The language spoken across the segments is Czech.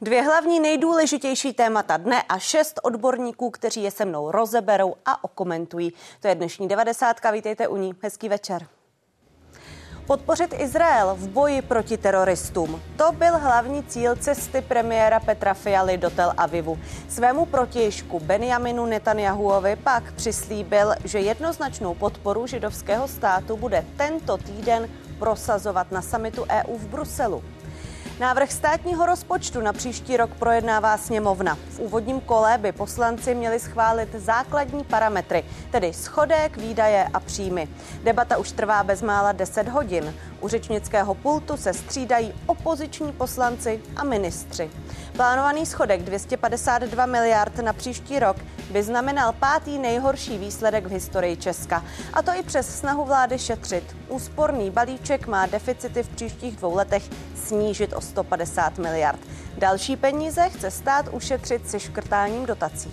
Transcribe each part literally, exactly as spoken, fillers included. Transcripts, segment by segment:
Dvě hlavní nejdůležitější témata dne a šest odborníků, kteří je se mnou rozeberou a okomentují. To je dnešní devadesátka, vítejte u ní. Hezký večer. Podpořit Izrael v boji proti teroristům. To byl hlavní cíl cesty premiéra Petra Fialy do Tel Avivu. Svému protějšku Benjaminu Netanjahuovi pak přislíbil, že jednoznačnou podporu židovského státu bude tento týden prosazovat na summitu E U v Bruselu. Návrh státního rozpočtu na příští rok projednává sněmovna. V úvodním kole by poslanci měli schválit základní parametry, tedy schodek, výdaje a příjmy. Debata už trvá bezmála deset hodin. U řečnického pultu se střídají opoziční poslanci a ministři. Plánovaný schodek dvě stě padesát dva miliard na příští rok by znamenal pátý nejhorší výsledek v historii Česka. A to i přes snahu vlády šetřit. Úsporný balíček má deficity v příštích dvou letech snížit o sto padesát miliard. Další peníze chce stát ušetřit se škrtáním dotací.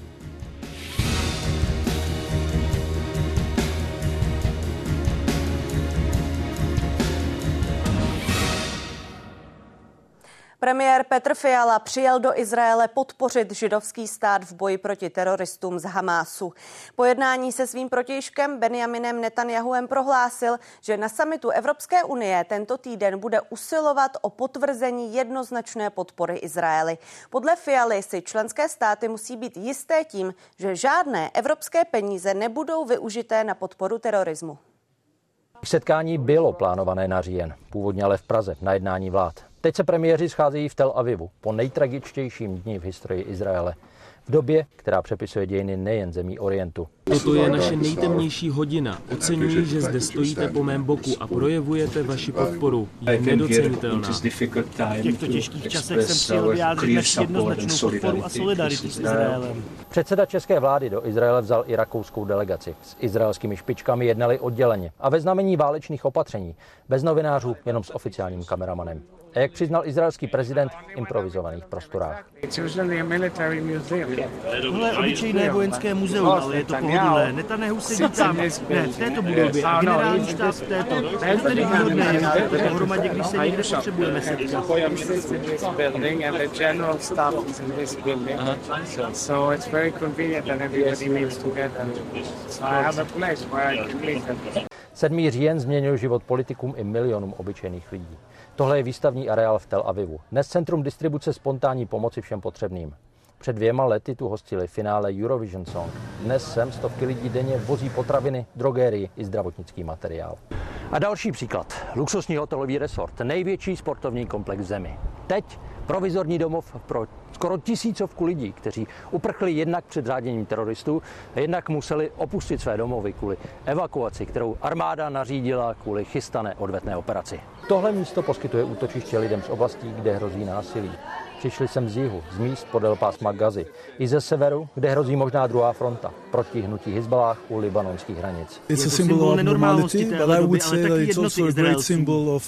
Premiér Petr Fiala přijel do Izraele podpořit židovský stát v boji proti teroristům z Hamásu. Po jednání se svým protějškem Benjaminem Netanjahuem prohlásil, že na summitu Evropské unie tento týden bude usilovat o potvrzení jednoznačné podpory Izraeli. Podle Fialy si členské státy musí být jisté tím, že žádné evropské peníze nebudou využité na podporu terorismu. Setkání bylo plánované na říjen, původně ale v Praze na jednání vlád. Teď se premiéři scházejí v Tel Avivu po nejtragičtějším dni v historii Izraele. V době, která přepisuje dějiny nejen zemí Orientu. Toto je naše nejtemnější hodina. Oceňuji, že zde stojíte po mém boku a projevujete vaši podporu. Je nedocenitelná. V těchto těžkých časech jsem přijel vyjádřit naši jednoznačnou podporu a solidaritu s Izraelem. Předseda české vlády do Izraele vzal i rakouskou delegaci. S izraelskými špičkami jednali odděleně a ve znamení válečných opatření. Bez novinářů, jenom s oficiálním kameramanem. A jak přiznal izraelský prezident, v improvizovaných prostorách. Tohle je obyčejné vojenské muzeum, ale je to pohodlné. Netanjahu sedí tam, ne, v této budově a generální štáb v této. Je tedy výhodné, že pohromadě, když se někde potřebujeme setkat. sedmý říjen změnil život politikům i milionům obyčejných lidí. Tohle je výstavní areál v Tel Avivu. Dnes centrum distribuce spontánní pomoci všem potřebným. Před dvěma lety tu hostili finále Eurovision Song. Dnes sem stovky lidí denně vozí potraviny, drogérii i zdravotnický materiál. A další příklad. Luxusní hotelový resort, největší sportovní komplex v zemi. Teď provizorní domov pro skoro tisícovku lidí, kteří uprchli jednak před řáděním teroristů a jednak museli opustit své domovy kvůli evakuaci, kterou armáda nařídila kvůli chystané odvetné operaci. Tohle místo poskytuje útočiště lidem z oblastí, kde hrozí násilí. Přišli sem z jihu, z míst podél pásma Gazy, i ze severu, kde hrozí možná druhá fronta, proti hnutí Hizballáh u libanonských hranic. Je to symbol nenormálnosti téhle doby, ale taky jednoty Izraelců.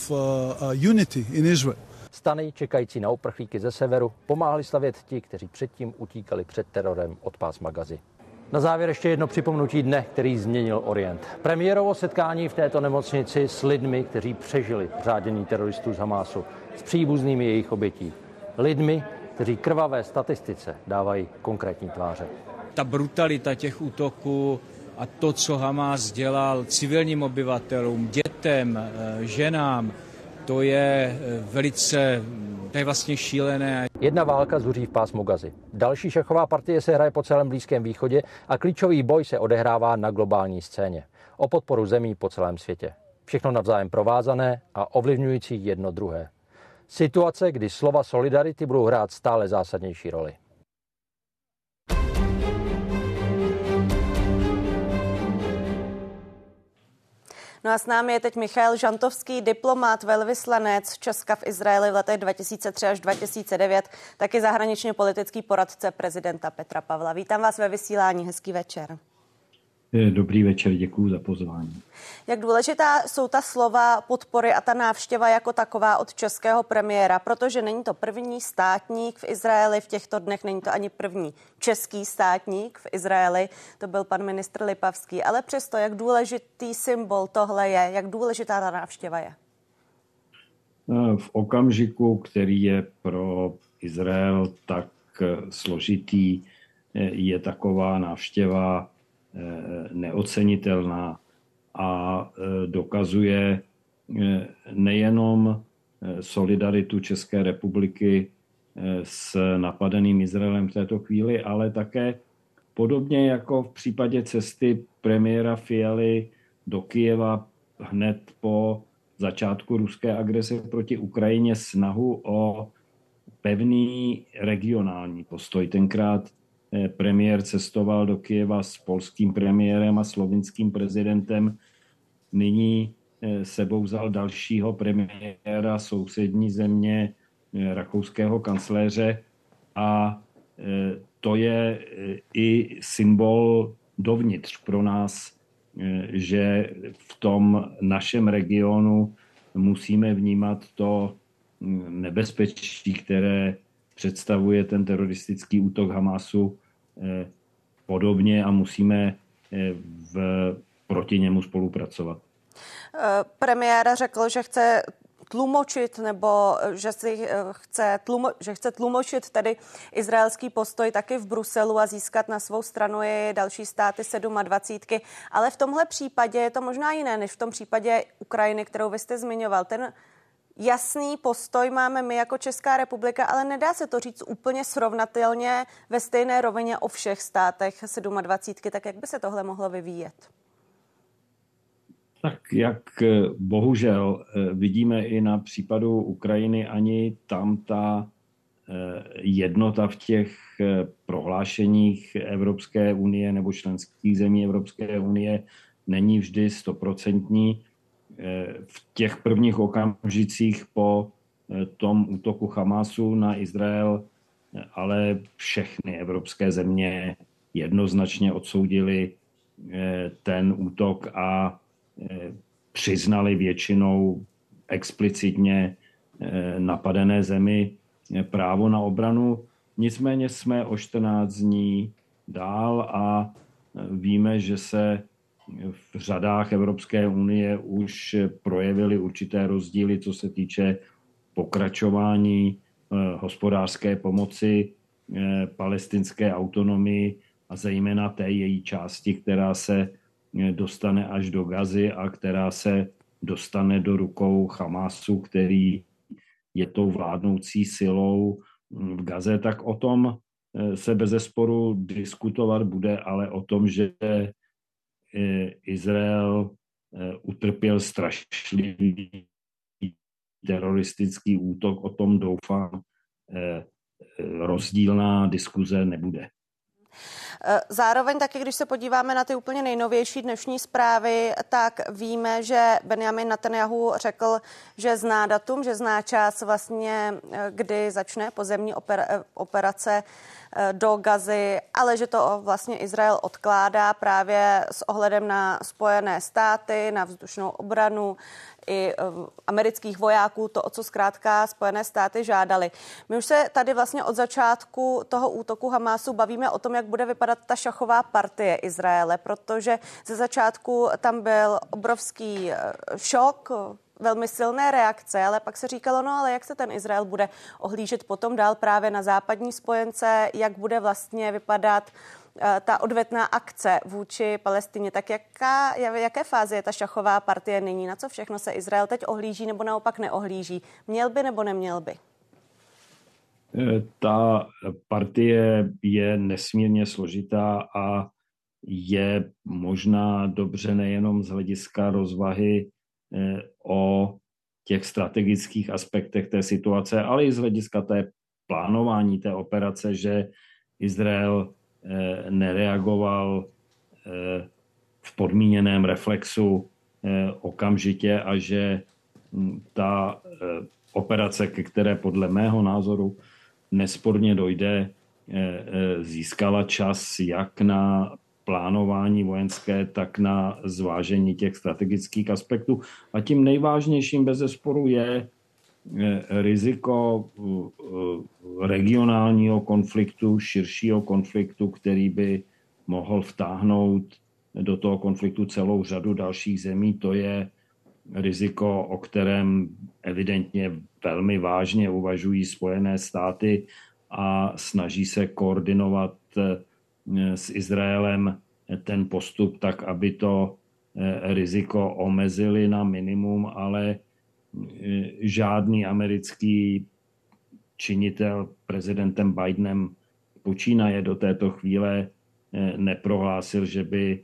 Stany čekající na uprchlíky ze severu pomáhali stavět ti, kteří předtím utíkali před terorem od pásma Gazy. Na závěr ještě jedno připomenutí dne, který změnil Orient. Premiérovo setkání v této nemocnici s lidmi, kteří přežili řádění teroristů z Hamásu, s příbuznými jejich obětí. Lidmi, kteří krvavé statistice dávají konkrétní tváře. Ta brutalita těch útoků a to, co Hamás dělal civilním obyvatelům, dětem, ženám, to je velice, to je vlastně šílené. Jedna válka zuří v pásmu Gazy. Další šachová partie se hraje po celém Blízkém východě a klíčový boj se odehrává na globální scéně. O podporu zemí po celém světě. Všechno navzájem provázané a ovlivňující jedno druhé. Situace, kdy slova solidarity budou hrát stále zásadnější roli. No a s námi je teď Michail Žantovský, diplomat, velvyslanec Česka v Izraeli v letech dva tisíce tři až dva tisíce devět, taky zahraničně politický poradce prezidenta Petra Pavla. Vítám vás ve vysílání, hezký večer. Dobrý večer, děkuji za pozvání. Jak důležitá jsou ta slova podpory a ta návštěva jako taková od českého premiéra, protože není to první státník v Izraeli v těchto dnech, není to ani první český státník v Izraeli, to byl pan ministr Lipavský, ale přesto, jak důležitý symbol tohle je, jak důležitá ta návštěva je? V okamžiku, který je pro Izrael tak složitý, je taková návštěva neocenitelná a dokazuje nejenom solidaritu České republiky s napadeným Izraelem v této chvíli, ale také podobně jako v případě cesty premiéra Fialy do Kyjeva hned po začátku ruské agrese proti Ukrajině snahu o pevný regionální postoj. Tenkrát premiér cestoval do Kyjeva s polským premiérem a slovinským prezidentem. Nyní sebou vzal dalšího premiéra sousední země, rakouského kancléře, a to je i symbol dovnitř pro nás, že v tom našem regionu musíme vnímat to nebezpečí, které představuje ten teroristický útok Hamásu podobně, a musíme v, proti němu spolupracovat. Premiér řekl, že chce tlumočit, nebo že, si chce, tlumo, že chce tlumočit tedy izraelský postoj taky v Bruselu a získat na svou stranu i další státy dvacítky. Ale v tomhle případě je to možná jiné, než v tom případě Ukrajiny, kterou vy jste zmiňoval. Ten jasný postoj máme my jako Česká republika, ale nedá se to říct úplně srovnatelně ve stejné rovině o všech státech dvacítky. Tak jak by se tohle mohlo vyvíjet? Tak jak bohužel vidíme i na případu Ukrajiny, ani tam ta jednota v těch prohlášeních Evropské unie nebo členských zemí Evropské unie není vždy stoprocentní. V těch prvních okamžicích po tom útoku Hamásu na Izrael ale všechny evropské země jednoznačně odsoudily ten útok a přiznali většinou explicitně napadené zemi právo na obranu. Nicméně jsme o čtrnáct dní dál a víme, že se v řadách Evropské unie už projevily určité rozdíly, co se týče pokračování hospodářské pomoci palestinské autonomii a zejména té její části, která se dostane až do Gazy a která se dostane do rukou Hamásu, který je tou vládnoucí silou v Gaze, tak o tom se bezesporu diskutovat bude, ale o tom, že Izrael utrpěl strašlivý teroristický útok, o tom doufám rozdílná diskuze nebude. Zároveň taky, když se podíváme na ty úplně nejnovější dnešní zprávy, tak víme, že Benjamin Netanyahu řekl, že zná datum, že zná čas vlastně, kdy začne pozemní operace do Gazy, ale že to vlastně Izrael odkládá právě s ohledem na Spojené státy, na vzdušnou obranu i amerických vojáků, to, o co zkrátka Spojené státy žádali. My už se tady vlastně od začátku toho útoku Hamásu bavíme o tom, jak bude vypadat ta šachová partie Izraele, protože ze začátku tam byl obrovský šok, velmi silné reakce, ale pak se říkalo, no ale jak se ten Izrael bude ohlížet potom dál právě na západní spojence, jak bude vlastně vypadat ta odvetná akce vůči Palestině. Tak jaká, v jaké fázi je ta šachová partie nyní? Na co všechno se Izrael teď ohlíží nebo naopak neohlíží? Měl by nebo neměl by? Ta partie je nesmírně složitá a je možná dobře nejenom z hlediska rozvahy o těch strategických aspektech té situace, ale i z hlediska té plánování té operace, že Izrael nereagoval v podmíněném reflexu okamžitě a že ta operace, ke které podle mého názoru nesporně dojde, získala čas jak na plánování vojenské, tak na zvážení těch strategických aspektů. A tím nejvážnějším bezesporu je riziko regionálního konfliktu, širšího konfliktu, který by mohl vtáhnout do toho konfliktu celou řadu dalších zemí. To je riziko, o kterém evidentně velmi vážně uvažují Spojené státy a snaží se koordinovat s Izraelem ten postup tak, aby to riziko omezili na minimum, ale žádný americký činitel prezidentem Bidenem počínaje do této chvíle neprohlásil, že by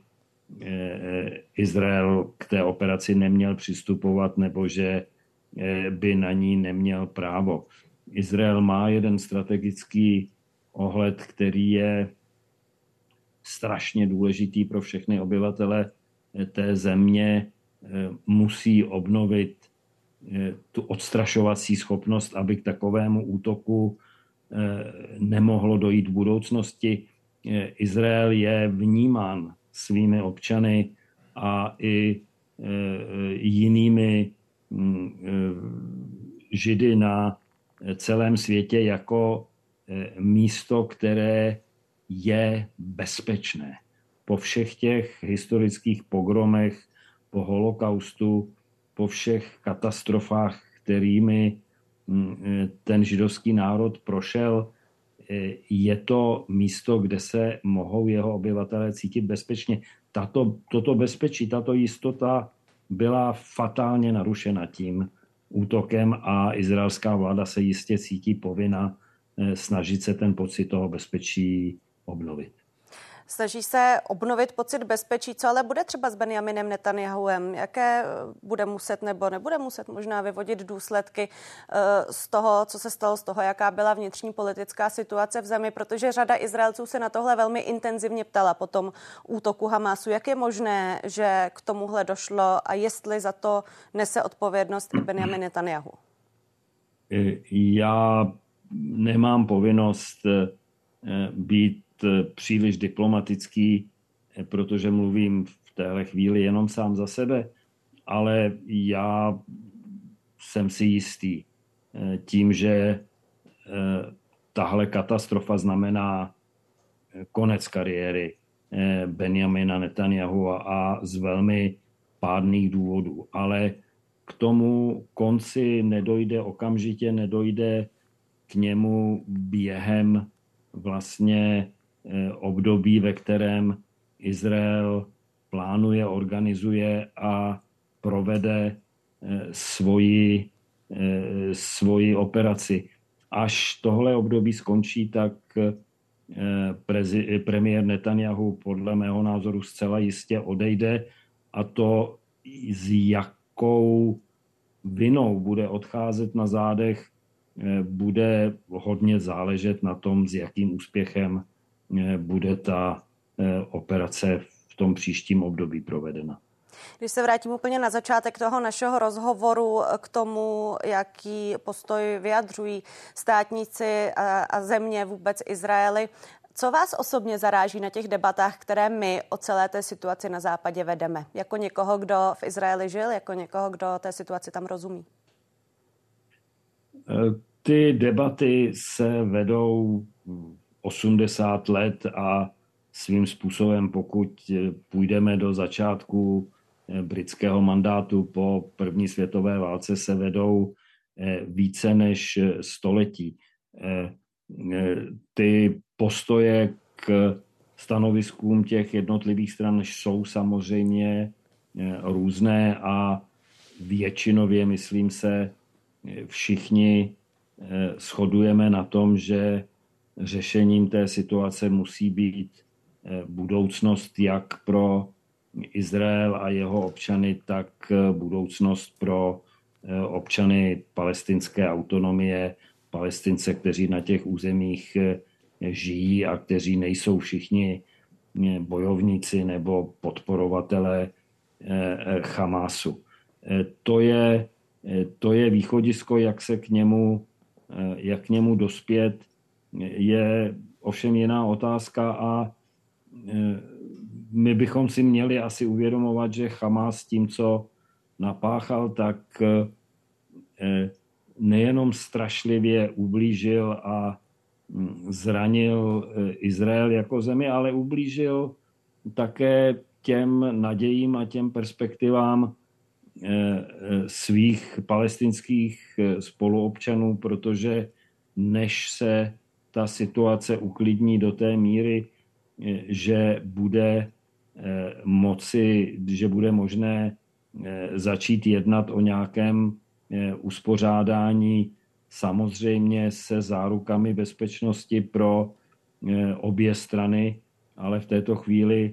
Izrael k té operaci neměl přistupovat nebo že by na ní neměl právo. Izrael má jeden strategický ohled, který je strašně důležitý pro všechny obyvatele té země. Musí obnovit tu odstrašovací schopnost, aby k takovému útoku nemohlo dojít v budoucnosti. Izrael je vnímán svými občany a i jinými Židy na celém světě jako místo, které je bezpečné. Po všech těch historických pogromech, po holokaustu, po všech katastrofách, kterými ten židovský národ prošel, je to místo, kde se mohou jeho obyvatelé cítit bezpečně. Tato, toto bezpečí, tato jistota byla fatálně narušena tím útokem a izraelská vláda se jistě cítí povinna snažit se ten pocit toho bezpečí obnovit. Snaží se obnovit pocit bezpečí, co ale bude třeba s Benjaminem Netanjahuem? Jaké bude muset nebo nebude muset možná vyvodit důsledky z toho, co se stalo, z toho, jaká byla vnitřní politická situace v zemi, protože řada Izraelců se na tohle velmi intenzivně ptala po tom útoku Hamásu. Jak je možné, že k tomuhle došlo a jestli za to nese odpovědnost i Benjamin Netanjahu? Já nemám povinnost být příliš diplomatický, protože mluvím v téhle chvíli jenom sám za sebe, ale já jsem si jistý tím, že tahle katastrofa znamená konec kariéry Benjamina Netanjahua a z velmi pádných důvodů. Ale k tomu konci nedojde okamžitě, nedojde k němu během vlastně období, ve kterém Izrael plánuje, organizuje a provede svoji, svoji operaci. Až tohle období skončí, tak prezi, premiér Netanjahu podle mého názoru zcela jistě odejde a to s jakou vinou bude odcházet na zádech, bude hodně záležet na tom, s jakým úspěchem bude ta operace v tom příštím období provedena. Když se vrátím úplně na začátek toho našeho rozhovoru k tomu, jaký postoj vyjadřují státníci a země vůbec Izraeli, co vás osobně zaráží na těch debatách, které my o celé té situaci na západě vedeme? Jako někoho, kdo v Izraeli žil, jako někoho, kdo té situaci tam rozumí? Ty debaty se vedou osmdesát let a svým způsobem, pokud půjdeme do začátku britského mandátu po první světové válce, se vedou více než století. Ty postoje k stanoviskům těch jednotlivých stran jsou samozřejmě různé a většinově, myslím se, všichni shodujeme na tom, že řešením té situace musí být budoucnost jak pro Izrael a jeho občany, tak budoucnost pro občany palestinské autonomie, Palestince, kteří na těch územích žijí a kteří nejsou všichni bojovníci nebo podporovatelé Hamásu. To je, to je východisko, jak se k němu, jak k němu dospět. Je ovšem jiná otázka a my bychom si měli asi uvědomovat, že Hamás tím, co napáchal, tak nejenom strašlivě ublížil a zranil Izrael jako zemi, ale ublížil také těm nadějím a těm perspektivám svých palestinských spoluobčanů, protože než se ta situace uklidní do té míry, že bude moci, že bude možné začít jednat o nějakém uspořádání, samozřejmě se zárukami bezpečnosti pro obě strany, ale v této chvíli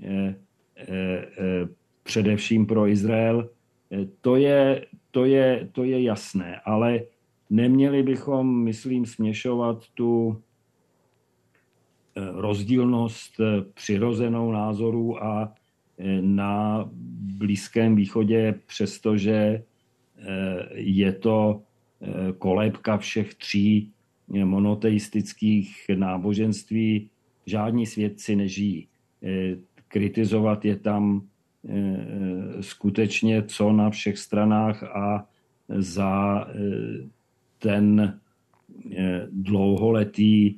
především pro Izrael. To je, to je, to je jasné, ale neměli bychom, myslím, směšovat tu rozdílnost přirozenou názorů a na Blízkém východě, přestože je to kolébka všech tří monoteistických náboženství, žádní svědci nežijí. Kritizovat je tam skutečně co na všech stranách a za ten dlouholetý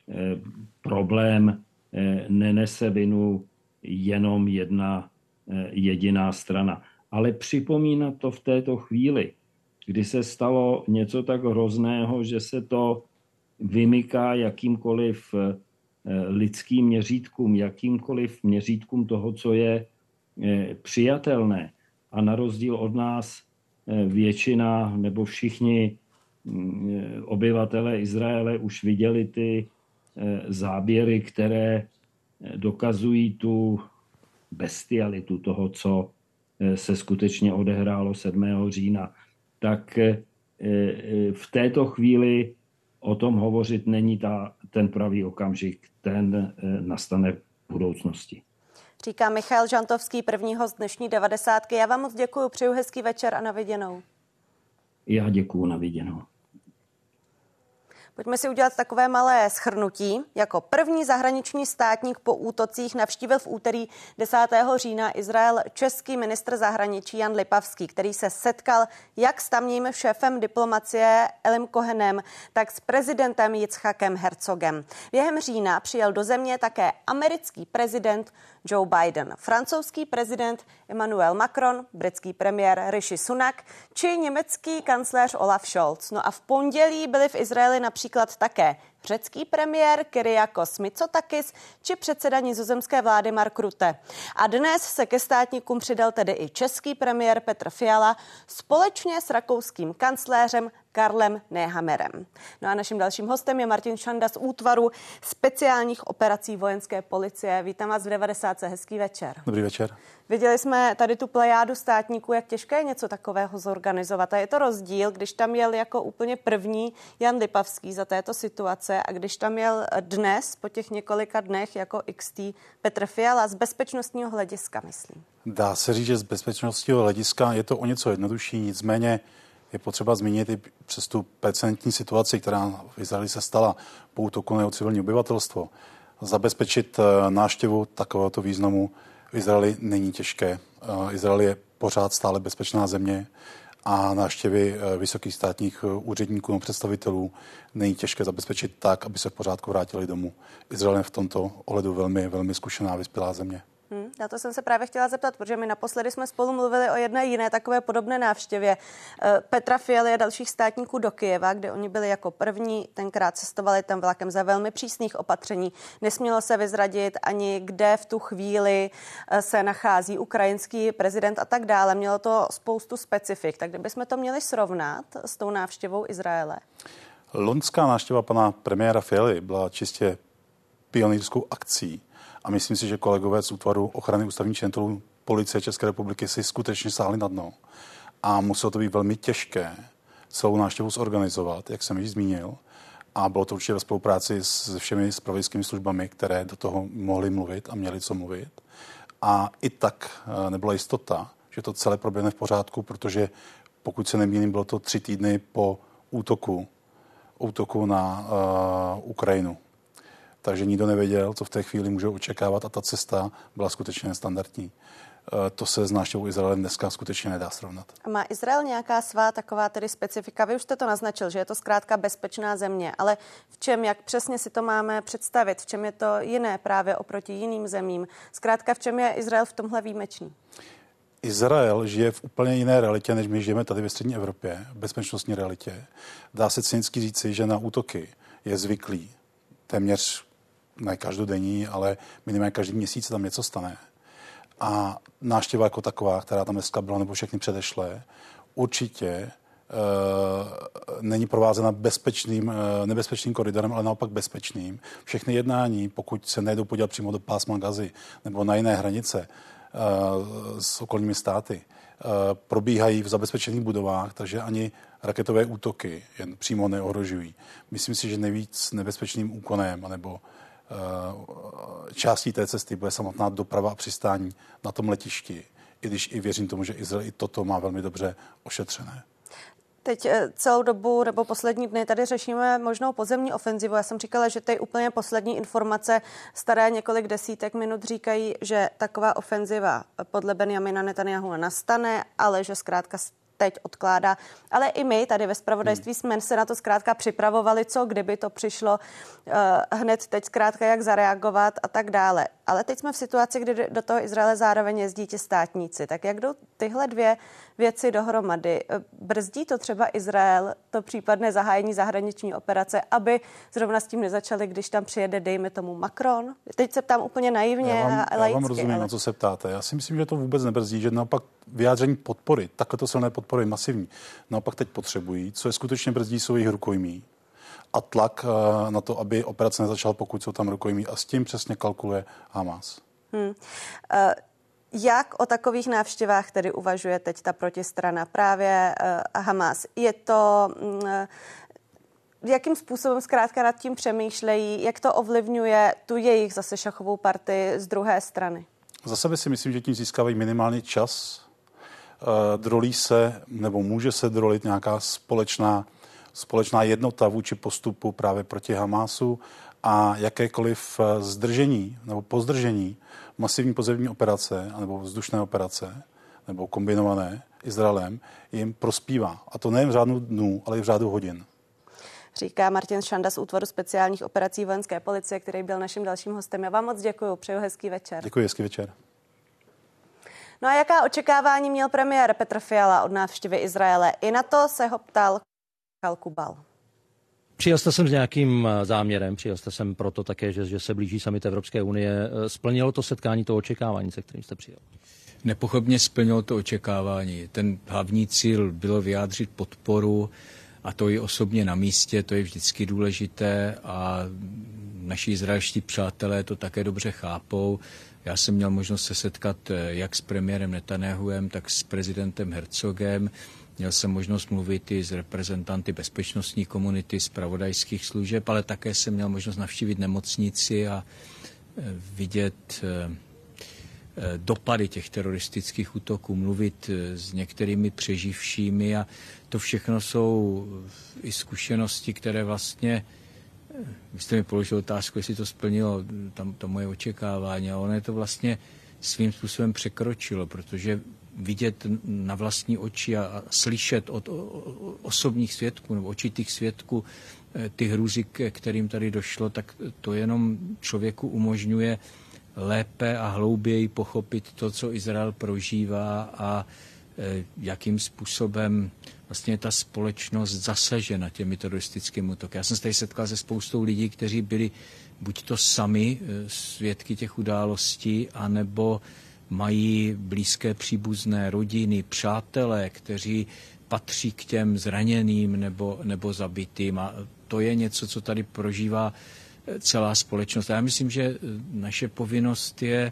problém nenese vinu jenom jedna jediná strana. Ale připomínat to v této chvíli, kdy se stalo něco tak hrozného, že se to vymyká jakýmkoliv lidským měřítkům, jakýmkoliv měřítkům toho, co je přijatelné. A na rozdíl od nás většina nebo všichni obyvatelé Izraele už viděli ty záběry, které dokazují tu bestialitu toho, co se skutečně odehrálo sedmého října. Tak v této chvíli o tom hovořit není ta, ten pravý okamžik, ten nastane v budoucnosti. Říká Michal Žantovský, první host dnešní devadesátky. Já vám moc děkuju, přeju hezký večer a na viděnou. Já děkuju, na viděnou. Pojďme si udělat takové malé shrnutí. Jako první zahraniční státník po útocích navštívil v úterý desátého října Izrael český ministr zahraničí Jan Lipavský, který se setkal jak s tamním šéfem diplomacie Elim Cohenem, tak s prezidentem Jicchakem Herzogem. Během října přijel do země také americký prezident Joe Biden, francouzský prezident Emmanuel Macron, britský premiér Rishi Sunak či německý kancléř Olaf Scholz. No a v pondělí byli v Izraeli například také řecký premiér Kyriakos Mitsotakis či předseda nizozemské vlády Mark Rutte. A dnes se ke státníkům přidal tedy i český premiér Petr Fiala společně s rakouským kancléřem Karlem Nehammerem. No a naším dalším hostem je Martin Šanda z útvaru speciálních operací vojenské policie. Vítám vás v devadesátce. Hezký večer. Dobrý večer. Viděli jsme tady tu plejádu státníků, jak těžké je něco takového zorganizovat. A je to rozdíl, když tam jel jako úplně první Jan Lipavský za této situace a když tam jel dnes po těch několika dnech jako iks té Petr Fiala z bezpečnostního hlediska, myslím. Dá se říct, že z bezpečnostního hlediska je to o něco jednodušší, nicméně je potřeba zmínit i přes tu precedentní situaci, která v Izraeli se stala po útoku na civilní obyvatelstvo. Zabezpečit návštěvu takovéhoto významu v Izraeli není těžké. Izrael je pořád stále bezpečná země a návštěvy vysokých státních úředníků a představitelů není těžké zabezpečit tak, aby se v pořádku vrátili domů. Izrael je v tomto ohledu velmi, velmi zkušená vyspělá země. Hmm, na to jsem se právě chtěla zeptat, protože my naposledy jsme spolu mluvili o jedné jiné takové podobné návštěvě Petra Fialy a dalších státníků do Kyjeva, kde oni byli jako první, tenkrát cestovali tam vlakem za velmi přísných opatření. Nesmělo se vyzradit ani kde v tu chvíli se nachází ukrajinský prezident a tak dále. Mělo to spoustu specifik. Tak kdybychom to měli srovnat s tou návštěvou Izraele? Loňská návštěva pana premiéra Fialy byla čistě pionýrskou akcí. A myslím si, že kolegové z útvaru ochrany ústavních činitelů policie České republiky si skutečně sáhli na dno. A muselo to být velmi těžké celou návštěvu zorganizovat, jak jsem již zmínil. A bylo to určitě ve spolupráci s všemi zpravodajskými službami, které do toho mohly mluvit a měly co mluvit. A i tak nebyla jistota, že to celé proběhne v pořádku, protože pokud se nemýlím, bylo to tři týdny po útoku, útoku na uh, Ukrajinu. Takže nikdo nevěděl, co v té chvíli může očekávat a ta cesta byla skutečně nestandardní. To se s návštěvou Izraele dneska skutečně nedá srovnat. A má Izrael nějaká svá taková tedy specifika? Vy už jste to naznačil, že je to zkrátka bezpečná země, ale v čem, jak přesně si to máme představit? V čem je to jiné právě oproti jiným zemím? Zkrátka v čem je Izrael v tomhle výjimečný? Izrael žije v úplně jiné realitě, než my žijeme tady ve střední Evropě, v bezpečnostní realitě. Dá se cynicky říci, že na útoky je zvyklý. Téměř ne každodenní, ale minimálně každý měsíc tam něco stane. A návštěva jako taková, která tam dneska byla, nebo všechny předešlé, určitě Uh, není provázena bezpečným, uh, nebezpečným koridorem, ale naopak bezpečným. Všechny jednání, pokud se nejdou podívat přímo do pásma Gazy nebo na jiné hranice uh, s okolními státy, uh, probíhají v zabezpečených budovách, takže ani raketové útoky jen přímo neohrožují. Myslím si, že nejvíc nebezpečným úkonem nebo uh, částí té cesty bude samotná doprava a přistání na tom letišti, i když i věřím tomu, že Izrael i toto má velmi dobře ošetřené. Teď celou dobu nebo poslední dny tady řešíme možnou pozemní ofenzivu. Já jsem říkala, že ty úplně poslední informace staré několik desítek minut říkají, že taková ofenziva podle Benjamina Netanyahu nastane, ale že zkrátka teď odkládá. Ale i my tady ve zpravodajství hmm. jsme se na to zkrátka připravovali, co kdyby to přišlo uh, hned teď zkrátka jak zareagovat a tak dále. Ale teď jsme v situaci, kdy do toho Izraele zároveň jezdí ti státníci. Tak jak jdou tyhle dvě věci dohromady? Brzdí to třeba Izrael, to případné zahájení zahraniční operace, aby zrovna s tím nezačali, když tam přijede, dejme tomu, Macron? Teď se ptám úplně naivně já vám, a laicky. Já vám rozumím, ale... na co se ptáte. Já si myslím, že to vůbec nebrzdí, že naopak vyjádření podpory, takhle to silné podpory, masivní, naopak teď potřebují. Co je skutečně brzdí, jsou jejich rukojmí. A tlak uh, na to, aby operace nezačala, pokud jsou tam rukojmí. A s tím přesně kalkuluje Hamas. Hmm. Uh, jak o takových návštěvách tedy uvažuje teď ta protistrana, právě uh, Hamas? Je to... Uh, jakým způsobem zkrátka nad tím přemýšlejí? Jak to ovlivňuje tu jejich zase šachovou partii z druhé strany? Za sebe si myslím, že tím získávají minimálně čas. Uh, drolí se, nebo může se drolit nějaká společná společná jednota vůči postupu právě proti Hamásu a jakékoliv zdržení nebo pozdržení masivní pozemní operace nebo vzdušné operace nebo kombinované Izraelem jim prospívá. A to nejen v řádu dnů, ale i v řádu hodin. Říká Martin Šanda z útvaru speciálních operací vojenské policie, který byl naším dalším hostem. Já vám moc děkuju, přeju hezký večer. Děkuji, hezký večer. No a jaká očekávání měl premiér Petr Fiala od návštěvy Izraele? I na to se ho ptal Kubal. Přijel jste sem s nějakým záměrem, přijel jste sem proto také, že, že se blíží summit Evropské unie. Splnilo to setkání to očekávání, se kterým jste přijel? Nepochybně splnilo to očekávání. Ten hlavní cíl bylo vyjádřit podporu a to i osobně na místě, to je vždycky důležité a naši izraelští přátelé to také dobře chápou. Já jsem měl možnost se setkat jak s premiérem Netanyahuem, tak s prezidentem Herzogem. Měl jsem možnost mluvit i s reprezentanty bezpečnostní komunity, zpravodajských služeb, ale také jsem měl možnost navštívit nemocnici a vidět dopady těch teroristických útoků, mluvit s některými přeživšími a to všechno jsou i zkušenosti, které vlastně, vy jste mi položil otázku, jestli to splnilo tam to moje očekávání, a ono je to vlastně svým způsobem překročilo, protože vidět na vlastní oči a, a slyšet od o, o, osobních svědků nebo očitých svědků e, ty hrůzy, k kterým tady došlo, tak to jenom člověku umožňuje lépe a hlouběji pochopit to, co Izrael prožívá a e, jakým způsobem vlastně je ta společnost zasažena těmi teroristickými útoky. Já jsem se tady setkal se spoustou lidí, kteří byli buď to sami e, svědky těch událostí, anebo mají blízké příbuzné rodiny, přátelé, kteří patří k těm zraněným nebo, nebo zabitým. A to je něco, co tady prožívá celá společnost. A já myslím, že naše povinnost je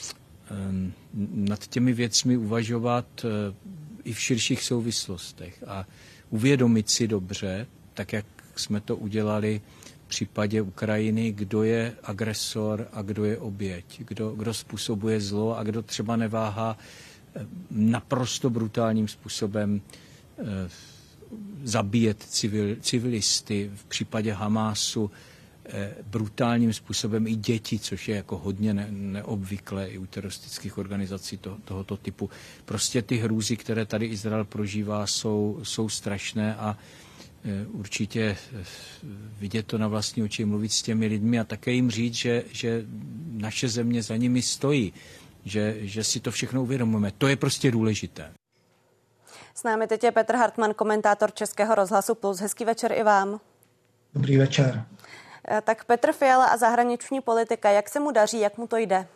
nad těmi věcmi uvažovat i v širších souvislostech a uvědomit si dobře, tak jak jsme to udělali v případě Ukrajiny, kdo je agresor a kdo je oběť, kdo, kdo způsobuje zlo a kdo třeba neváhá naprosto brutálním způsobem eh, zabíjet civil, civilisty, v případě Hamásu eh, brutálním způsobem i děti, což je jako hodně ne, neobvyklé i u teroristických organizací to, tohoto typu. Prostě ty hrůzy, které tady Izrael prožívá, jsou, jsou strašné a určitě vidět to na vlastní oči, mluvit s těmi lidmi a také jim říct, že, že naše země za nimi stojí. že, že si to všechno uvědomujeme. To je prostě důležité. S námi teď je Petr Hartman, komentátor Českého rozhlasu Plus. Hezký večer i vám. Dobrý večer. Tak Petr Fiala a zahraniční politika, jak se mu daří, jak mu to jde?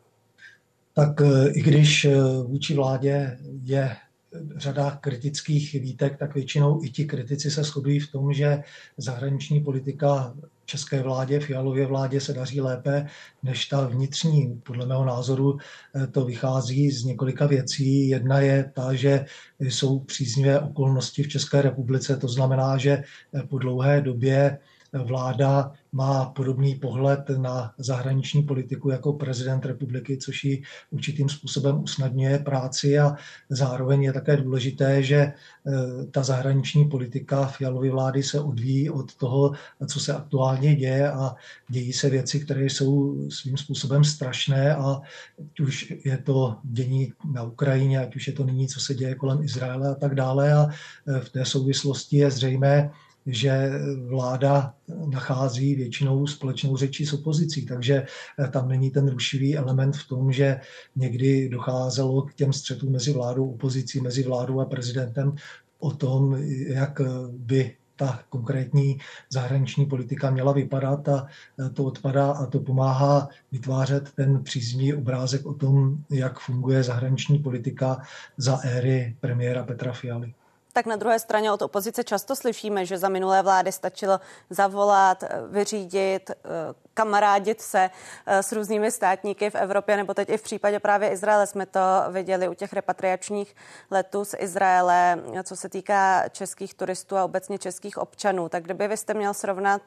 Tak i když vůči vládě je řada kritických výtek, tak většinou i ti kritici se shodují v tom, že zahraniční politika české vládě, Fialově vládě se daří lépe než ta vnitřní. Podle mého názoru to vychází z několika věcí. Jedna je ta, že jsou příznivé okolnosti v České republice, to znamená, že po dlouhé době vláda má podobný pohled na zahraniční politiku jako prezident republiky, což ji určitým způsobem usnadňuje práci a zároveň je také důležité, že ta zahraniční politika Fialovy vlády se odvíjí od toho, co se aktuálně děje a dějí se věci, které jsou svým způsobem strašné a ať už je to dění na Ukrajině, ať už je to nyní, co se děje kolem Izraele a tak dále a v té souvislosti je zřejmé, že vláda nachází většinou společnou řečí s opozicí, takže tam není ten rušivý element v tom, že někdy docházelo k těm střetům mezi vládou, opozicí, mezi vládou a prezidentem o tom, jak by ta konkrétní zahraniční politika měla vypadat a to odpadá a to pomáhá vytvářet ten příznivý obrázek o tom, jak funguje zahraniční politika za éry premiéra Petra Fialy. Tak na druhé straně od opozice často slyšíme, že za minulé vlády stačilo zavolat, vyřídit, kamarádit se s různými státníky v Evropě, nebo teď i v případě právě Izraele jsme to viděli u těch repatriačních letů z Izraele, co se týká českých turistů a obecně českých občanů. Tak kdyby vy jste měl srovnat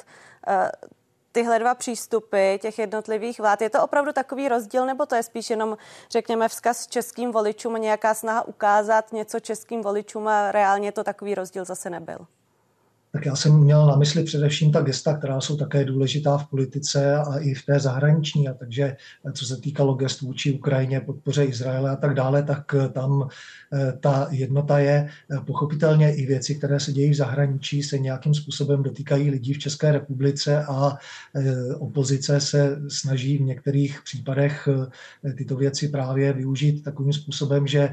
tyhle dva přístupy těch jednotlivých vlád, je to opravdu takový rozdíl, nebo to je spíš jenom, řekněme, vzkaz českým voličům a nějaká snaha ukázat něco českým voličům a reálně to takový rozdíl zase nebyl? Tak já jsem měl na mysli především ta gesta, která jsou také důležitá v politice a i v té zahraniční. A takže co se týkalo gest vůči Ukrajině, podpoře Izraele a tak dále, tak tam ta jednota je pochopitelně i věci, které se dějí v zahraničí, se nějakým způsobem dotýkají lidí v České republice a opozice se snaží v některých případech tyto věci právě využít takovým způsobem, že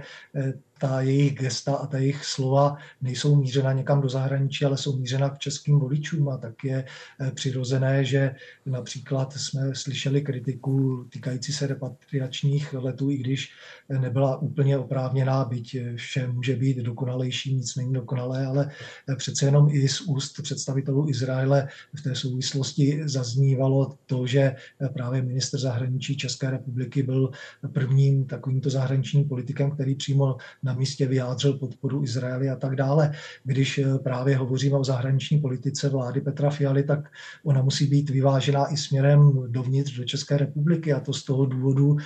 ta jejich gesta a ta jejich slova nejsou mířena někam do zahraničí, ale jsou mířena k českým voličům a tak je přirozené, že například jsme slyšeli kritiku týkající se repatriačních letů, i když nebyla úplně oprávněná, byť vše může být dokonalejší, nic není dokonalé, ale přece jenom i z úst představitelů Izraele v té souvislosti zaznívalo to, že právě ministr zahraničí České republiky byl prvním takovýmto zahraničním politikem, který přímo na místě vyjádřil podporu Izraeli a tak dále. Když právě hovoříme o zahraniční politice vlády Petra Fialy, tak ona musí být vyvážená i směrem dovnitř do České republiky a to z toho důvodu,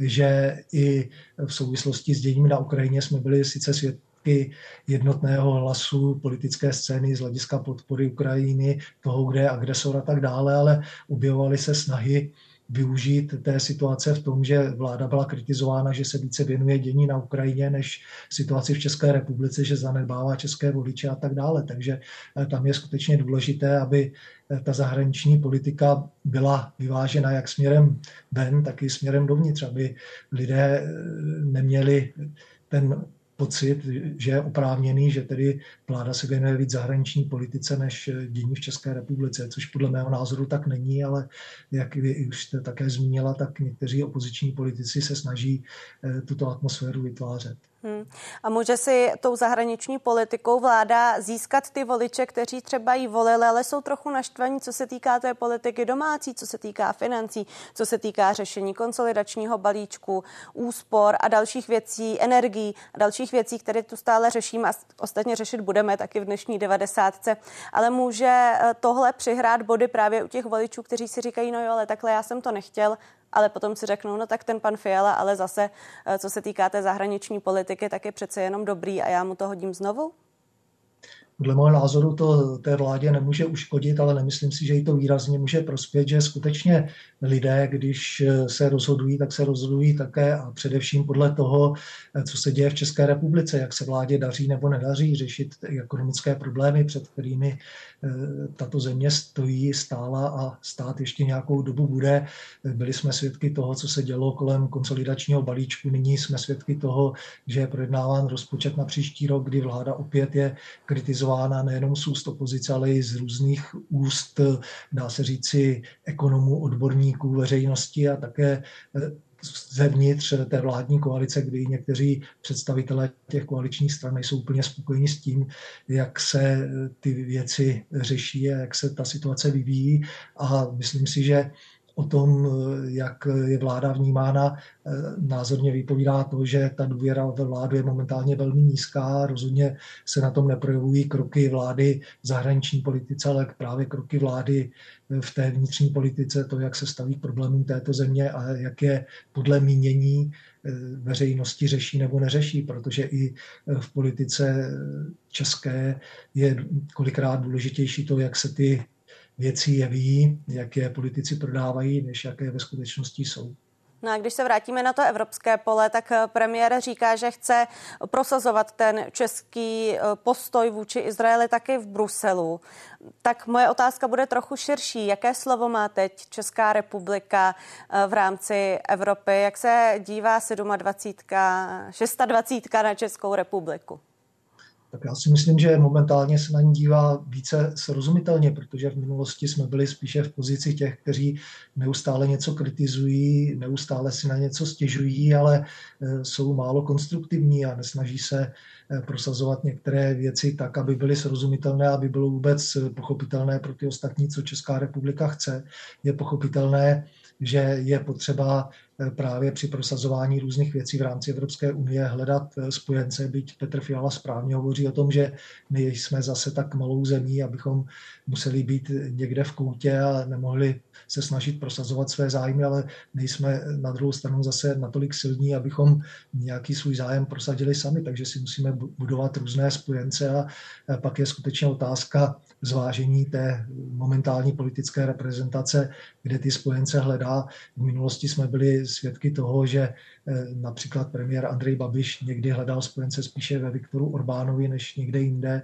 že i v souvislosti s děním na Ukrajině jsme byli sice svědky jednotného hlasu politické scény z hlediska podpory Ukrajiny, toho, kde je agresor a tak dále, ale objevovaly se snahy využít té situace v tom, že vláda byla kritizována, že se více věnuje dění na Ukrajině než situaci v České republice, že zanedbává české voliče a tak dále. Takže tam je skutečně důležité, aby ta zahraniční politika byla vyvážena jak směrem ven, tak i směrem dovnitř, aby lidé neměli ten pocit, že je oprávněný, že tedy vláda se věnuje víc zahraniční politice než dění v České republice, což podle mého názoru tak není, ale jak vy už jste také zmínila, tak někteří opoziční politici se snaží tuto atmosféru vytvářet. Hmm. A může si tou zahraniční politikou vláda získat ty voliče, kteří třeba jí volili, ale jsou trochu naštvaní, co se týká té politiky domácí, co se týká financí, co se týká řešení konsolidačního balíčku, úspor a dalších věcí, energií a dalších věcí, které tu stále řešíme a ostatně řešit budeme taky v dnešní devadesátce. Ale může tohle přihrát body právě u těch voličů, kteří si říkají, no jo, ale takhle já jsem to nechtěl, ale potom si řeknou, no tak ten pan Fiala, ale zase, co se týká té zahraniční politiky, tak je přece jenom dobrý a já mu to hodím znovu? podle mého názoru to té vládě nemůže uškodit, ale nemyslím si, že jí to výrazně může prospět, že skutečně lidé, když se rozhodují, tak se rozhodují také a především podle toho, co se děje v České republice, jak se vládě daří nebo nedaří řešit ekonomické problémy, před kterými tato země stojí, stála a stát ještě nějakou dobu bude. Byli jsme svědky toho, co se dělo kolem konsolidačního balíčku. Nyní jsme svědky toho, že je projednáván rozpočet na příští rok, kdy vláda opět je kritizována nejenom z úst opozice, ale i z různých úst, dá se říci, ekonomů, odborníků, veřejnosti a také zevnitř té vládní koalice, kdy někteří představitelé těch koaličních stran nejsou úplně spokojeni s tím, jak se ty věci řeší a jak se ta situace vyvíjí. A myslím si, že o tom, jak je vláda vnímána, názorně vypovídá to, že ta důvěra ve vládu je momentálně velmi nízká. Rozhodně se na tom neprojevují kroky vlády v zahraniční politice, ale právě kroky vlády v té vnitřní politice, to, jak se staví k problémům této země a jak je podle mínění veřejnosti řeší nebo neřeší, protože i v politice české je kolikrát důležitější to, jak se ty věci jeví, jak je politici prodávají, než jaké ve skutečnosti jsou. No a když se vrátíme na to evropské pole, tak premiér říká, že chce prosazovat ten český postoj vůči Izraeli taky v Bruselu. Tak moje otázka bude trochu širší. Jaké slovo má teď Česká republika v rámci Evropy? Jak se dívá dvacet sedm, dvacet šest na Českou republiku? Tak já si myslím, že momentálně se na ní dívá více srozumitelně, protože v minulosti jsme byli spíše v pozici těch, kteří neustále něco kritizují, neustále si na něco stěžují, ale jsou málo konstruktivní a nesnaží se prosazovat některé věci tak, aby byly srozumitelné, aby bylo vůbec pochopitelné pro ty ostatní, co Česká republika chce. Je pochopitelné, že je potřeba právě při prosazování různých věcí v rámci Evropské unie hledat spojence, byť Petr Fiala správně hovoří o tom, že my jsme zase tak malou zemí, abychom museli být někde v koutě a nemohli se snažit prosazovat své zájmy, ale nejsme na druhou stranu zase natolik silní, abychom nějaký svůj zájem prosadili sami, takže si musíme budovat různé spojence a pak je skutečně otázka zvážení té momentální politické reprezentace, kde ty spojence hledá. V minulosti jsme byli svědky toho, že například premiér Andrej Babiš někdy hledal spojence spíše ve Viktoru Orbánovi než někde jinde.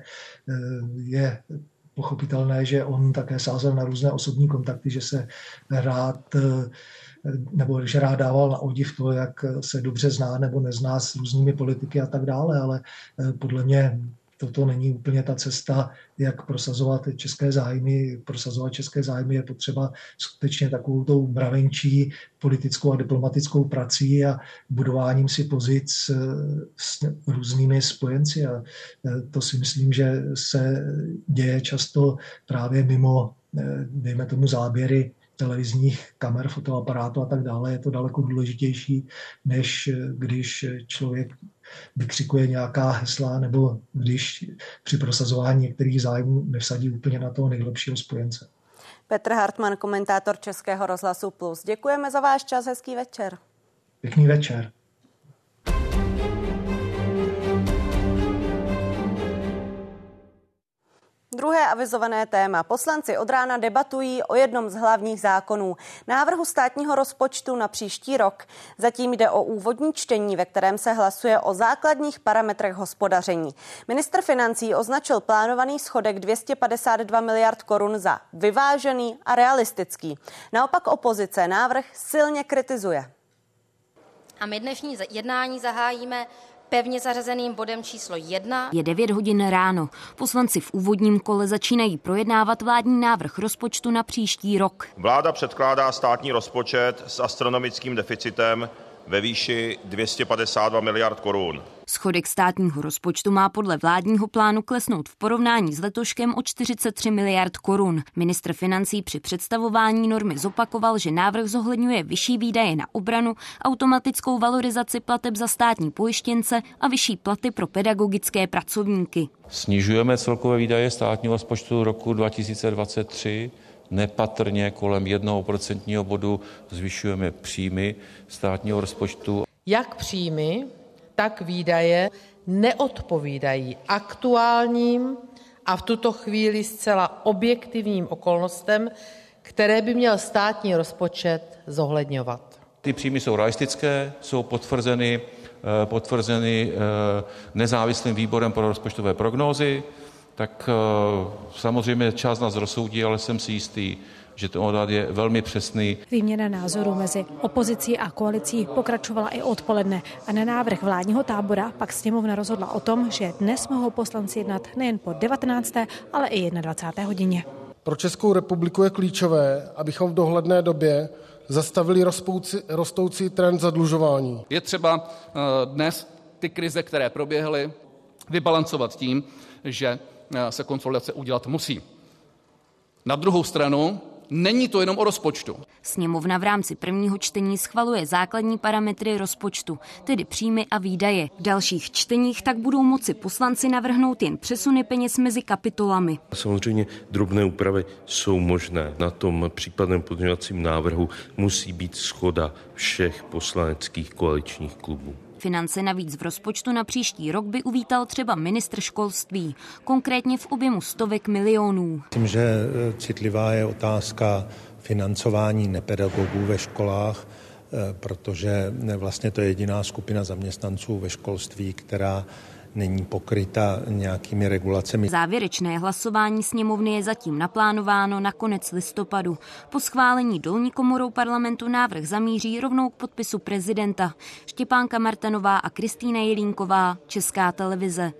Je pochopitelné, že on také sázel na různé osobní kontakty, že se rád nebo že rád dával na odiv to, jak se dobře zná nebo nezná s různými politiky a tak dále, ale podle mě toto není úplně ta cesta, jak prosazovat české zájmy. Prosazovat české zájmy je potřeba skutečně takovou tou mravenčí politickou a diplomatickou prací a budováním si pozic s různými spojenci. A to si myslím, že se děje často právě mimo, dejme tomu, záběry televizních kamer, fotoaparátů a tak dále. Je to daleko důležitější, než když člověk vykřikuje nějaká hesla nebo když při prosazování některých zájmů nevsadí úplně na toho nejlepšího spojence. Petr Hartman, komentátor Českého rozhlasu Plus. Děkujeme za váš čas, hezký večer. Pěkný večer. Druhé avizované téma. Poslanci od rána debatují o jednom z hlavních zákonů, návrhu státního rozpočtu na příští rok. Zatím jde o úvodní čtení, ve kterém se hlasuje o základních parametrech hospodaření. Ministr financí označil plánovaný schodek dvě stě padesát dva miliard korun za vyvážený a realistický. Naopak opozice návrh silně kritizuje. A my dnešní jednání zahájíme pevně zařazeným bodem číslo jedna. Je devět hodin ráno. Poslanci v úvodním kole začínají projednávat vládní návrh rozpočtu na příští rok. Vláda předkládá státní rozpočet s astronomickým deficitem ve výši dvě stě padesát dva miliard korun. Schodek státního rozpočtu má podle vládního plánu klesnout v porovnání s letoškem o čtyřicet tři miliard korun. Ministr financí při představování normy zopakoval, že návrh zohledňuje vyšší výdaje na obranu, automatickou valorizaci plateb za státní pojištěnce a vyšší platy pro pedagogické pracovníky. Snižujeme celkové výdaje státního rozpočtu roku dva tisíce dvacet tři. Nepatrně kolem jednoho procentního bodu zvyšujeme příjmy státního rozpočtu. Jak příjmy, tak výdaje neodpovídají aktuálním a v tuto chvíli zcela objektivním okolnostem, které by měl státní rozpočet zohledňovat. Ty příjmy jsou realistické, jsou potvrzeny, potvrzeny nezávislým výborem pro rozpočtové prognózy, tak samozřejmě čas nás rozsoudí, ale jsem si jistý, že ten odhad je velmi přesný. Výměna názorů mezi opozicí a koalicí pokračovala i odpoledne a na návrh vládního tábora pak sněmovna rozhodla o tom, že dnes mohou poslanci jednat nejen po devatenácté, ale i dvacáté jedné hodině. Pro Českou republiku je klíčové, abychom v dohledné době zastavili rostoucí, rostoucí trend zadlužování. Je třeba dnes ty krize, které proběhly, vybalancovat tím, že se konsolidace udělat musí. Na druhou stranu není to jenom o rozpočtu. Sněmovna v rámci prvního čtení schvaluje základní parametry rozpočtu, tedy příjmy a výdaje. V dalších čteních tak budou moci poslanci navrhnout jen přesuny peněz mezi kapitolami. Samozřejmě drobné úpravy jsou možné. Na tom případném pozměňovacím návrhu musí být shoda všech poslaneckých koaličních klubů. Finance navíc v rozpočtu na příští rok by uvítal třeba ministr školství, konkrétně v objemu stovek milionů. Myslím, že citlivá je otázka financování nepedagogů ve školách, protože vlastně to je jediná skupina zaměstnanců ve školství, která není pokryta nějakými regulacemi. Závěrečné hlasování sněmovny je zatím naplánováno na konec listopadu. Po schválení dolní komorou parlamentu návrh zamíří rovnou k podpisu prezidenta. Štěpánka Martanová a Kristýna Jelínková, Česká televize.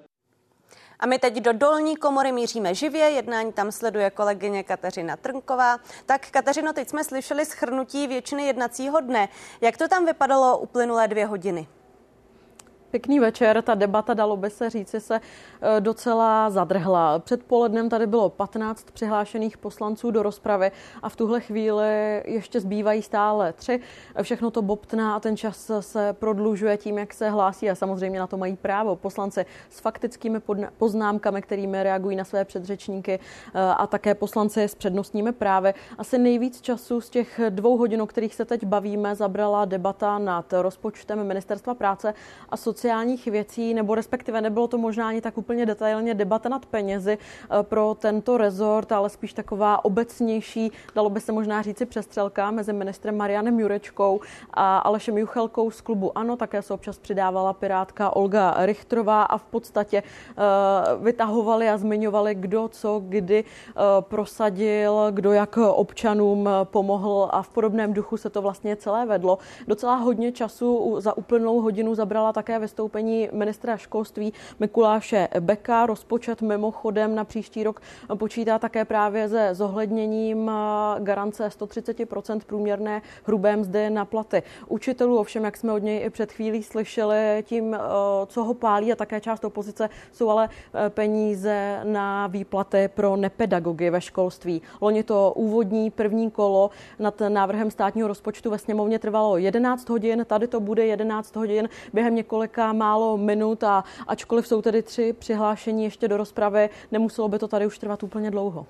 A my teď do dolní komory míříme živě, jednání tam sleduje kolegyně Kateřina Trnková. Tak Kateřino, teď jsme slyšeli shrnutí většiny jednacího dne. Jak to tam vypadalo uplynulé dvě hodiny? Pěkný večer, ta debata, dalo by se říci, se docela zadrhla. Předpolednem tady bylo patnáct přihlášených poslanců do rozpravy a v tuhle chvíli ještě zbývají stále tři. Všechno to bobtná a ten čas se prodlužuje tím, jak se hlásí a samozřejmě na to mají právo poslanci s faktickými poznámkami, kterými reagují na své předřečníky a také poslanci s přednostními právy. Asi nejvíc času z těch dvou hodin, o kterých se teď bavíme, zabrala debata nad rozpočtem Ministerstva práce a sociálních sociálních věcí, nebo respektive nebylo to možná ani tak úplně detailně debata nad penězi pro tento rezort, ale spíš taková obecnější, dalo by se možná říci přestřelka mezi ministrem Marianem Jurečkou a Alešem Juchelkou z klubu ANO. Také se občas přidávala pirátka Olga Richtrová a v podstatě uh, vytahovali a zmiňovali, kdo co kdy uh, prosadil, kdo jak občanům pomohl a v podobném duchu se to vlastně celé vedlo. Docela hodně času za uplynulou hodinu zabrala také vystoupení ministra školství Mikuláše Beka. Rozpočet mimochodem na příští rok počítá také právě se zohledněním garance sto třicet procent průměrné hrubé mzdy na platy učitelů. Ovšem, jak jsme od něj i před chvílí slyšeli, tím, co ho pálí a také část opozice, jsou ale peníze na výplaty pro nepedagogy ve školství. Loni to úvodní první kolo nad návrhem státního rozpočtu ve sněmovně trvalo jedenáct hodin, tady to bude jedenáct hodin během několika málo minut a ačkoliv jsou tedy tři přihlášení ještě do rozpravy, nemuselo by to tady už trvat úplně dlouho.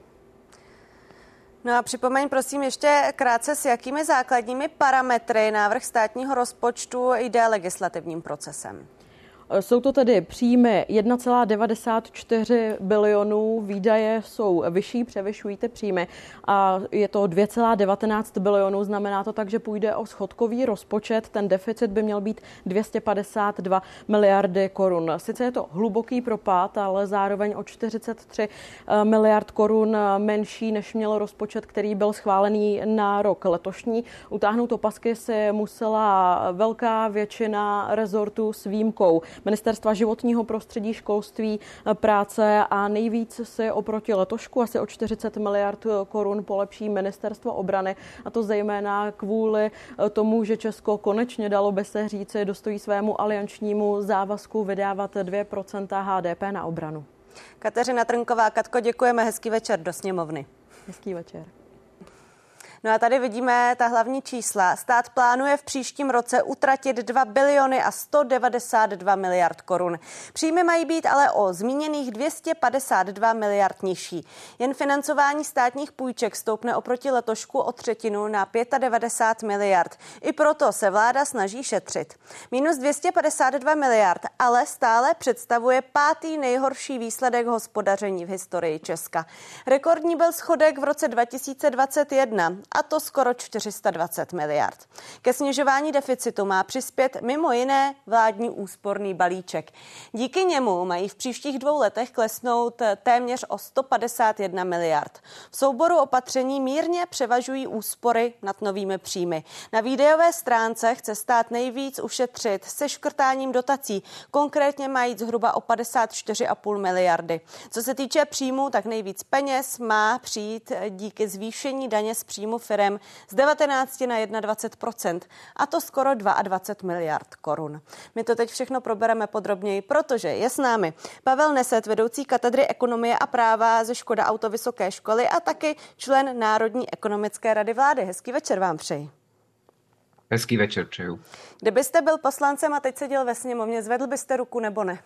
No a připomeň prosím ještě krátce, s jakými základními parametry návrh státního rozpočtu jde legislativním procesem. Jsou to tedy příjmy jedna celá devadesát čtyři bilionů, výdaje jsou vyšší, převyšují ty příjmy a je to dvě celá devatenáct bilionů, znamená to tak, že půjde o schodkový rozpočet, ten deficit by měl být dvě stě padesát dva miliardy korun. Sice je to hluboký propad, ale zároveň o čtyřicet tři miliard korun menší, než měl rozpočet, který byl schválený na rok letošní. Utáhnout opasky si musela velká většina rezortů s výjimkou Ministerstva životního prostředí, školství, práce a nejvíc si oproti letošku asi o čtyřicet miliard korun polepší Ministerstvo obrany, a to zejména kvůli tomu, že Česko konečně, dalo by se říci, dostojí svému aliančnímu závazku vydávat dvě procenta H D P na obranu. Kateřina Trnková, Katko, děkujeme, hezký večer do sněmovny. Hezký večer. No a tady vidíme ta hlavní čísla. Stát plánuje v příštím roce utratit dva biliony a sto devadesát dva miliard korun. Příjmy mají být ale o zmíněných dvě stě padesát dva miliard nižší. Jen financování státních půjček stoupne oproti letošku o třetinu na devadesát pět miliard. I proto se vláda snaží šetřit. Minus dvě stě padesát dva miliard, ale stále představuje pátý nejhorší výsledek hospodaření v historii Česka. Rekordní byl schodek v roce dva tisíce dvacet jedna, a to skoro čtyři sta dvacet miliard. Ke snižování deficitu má přispět mimo jiné vládní úsporný balíček. Díky němu mají v příštích dvou letech klesnout téměř o sto padesát jedna miliard. V souboru opatření mírně převažují úspory nad novými příjmy. Na výdajové stránce chce stát nejvíc ušetřit se škrtáním dotací. Konkrétně má jít zhruba o padesát čtyři a půl miliardy. Co se týče příjmů, tak nejvíc peněz má přijít díky zvýšení daně z příjmu firem z devatenáct na dvacet jedna procent, a to skoro dvacet dva miliard korun. My to teď všechno probereme podrobněji, protože je s námi Pavel Neset, vedoucí katedry ekonomie a práva ze Škoda Auto Vysoké školy a taky člen Národní ekonomické rady vlády. Hezký večer vám přeji. Hezký večer přeju. Kdybyste byl poslancem a teď seděl ve sněmovně, zvedl byste ruku nebo ne?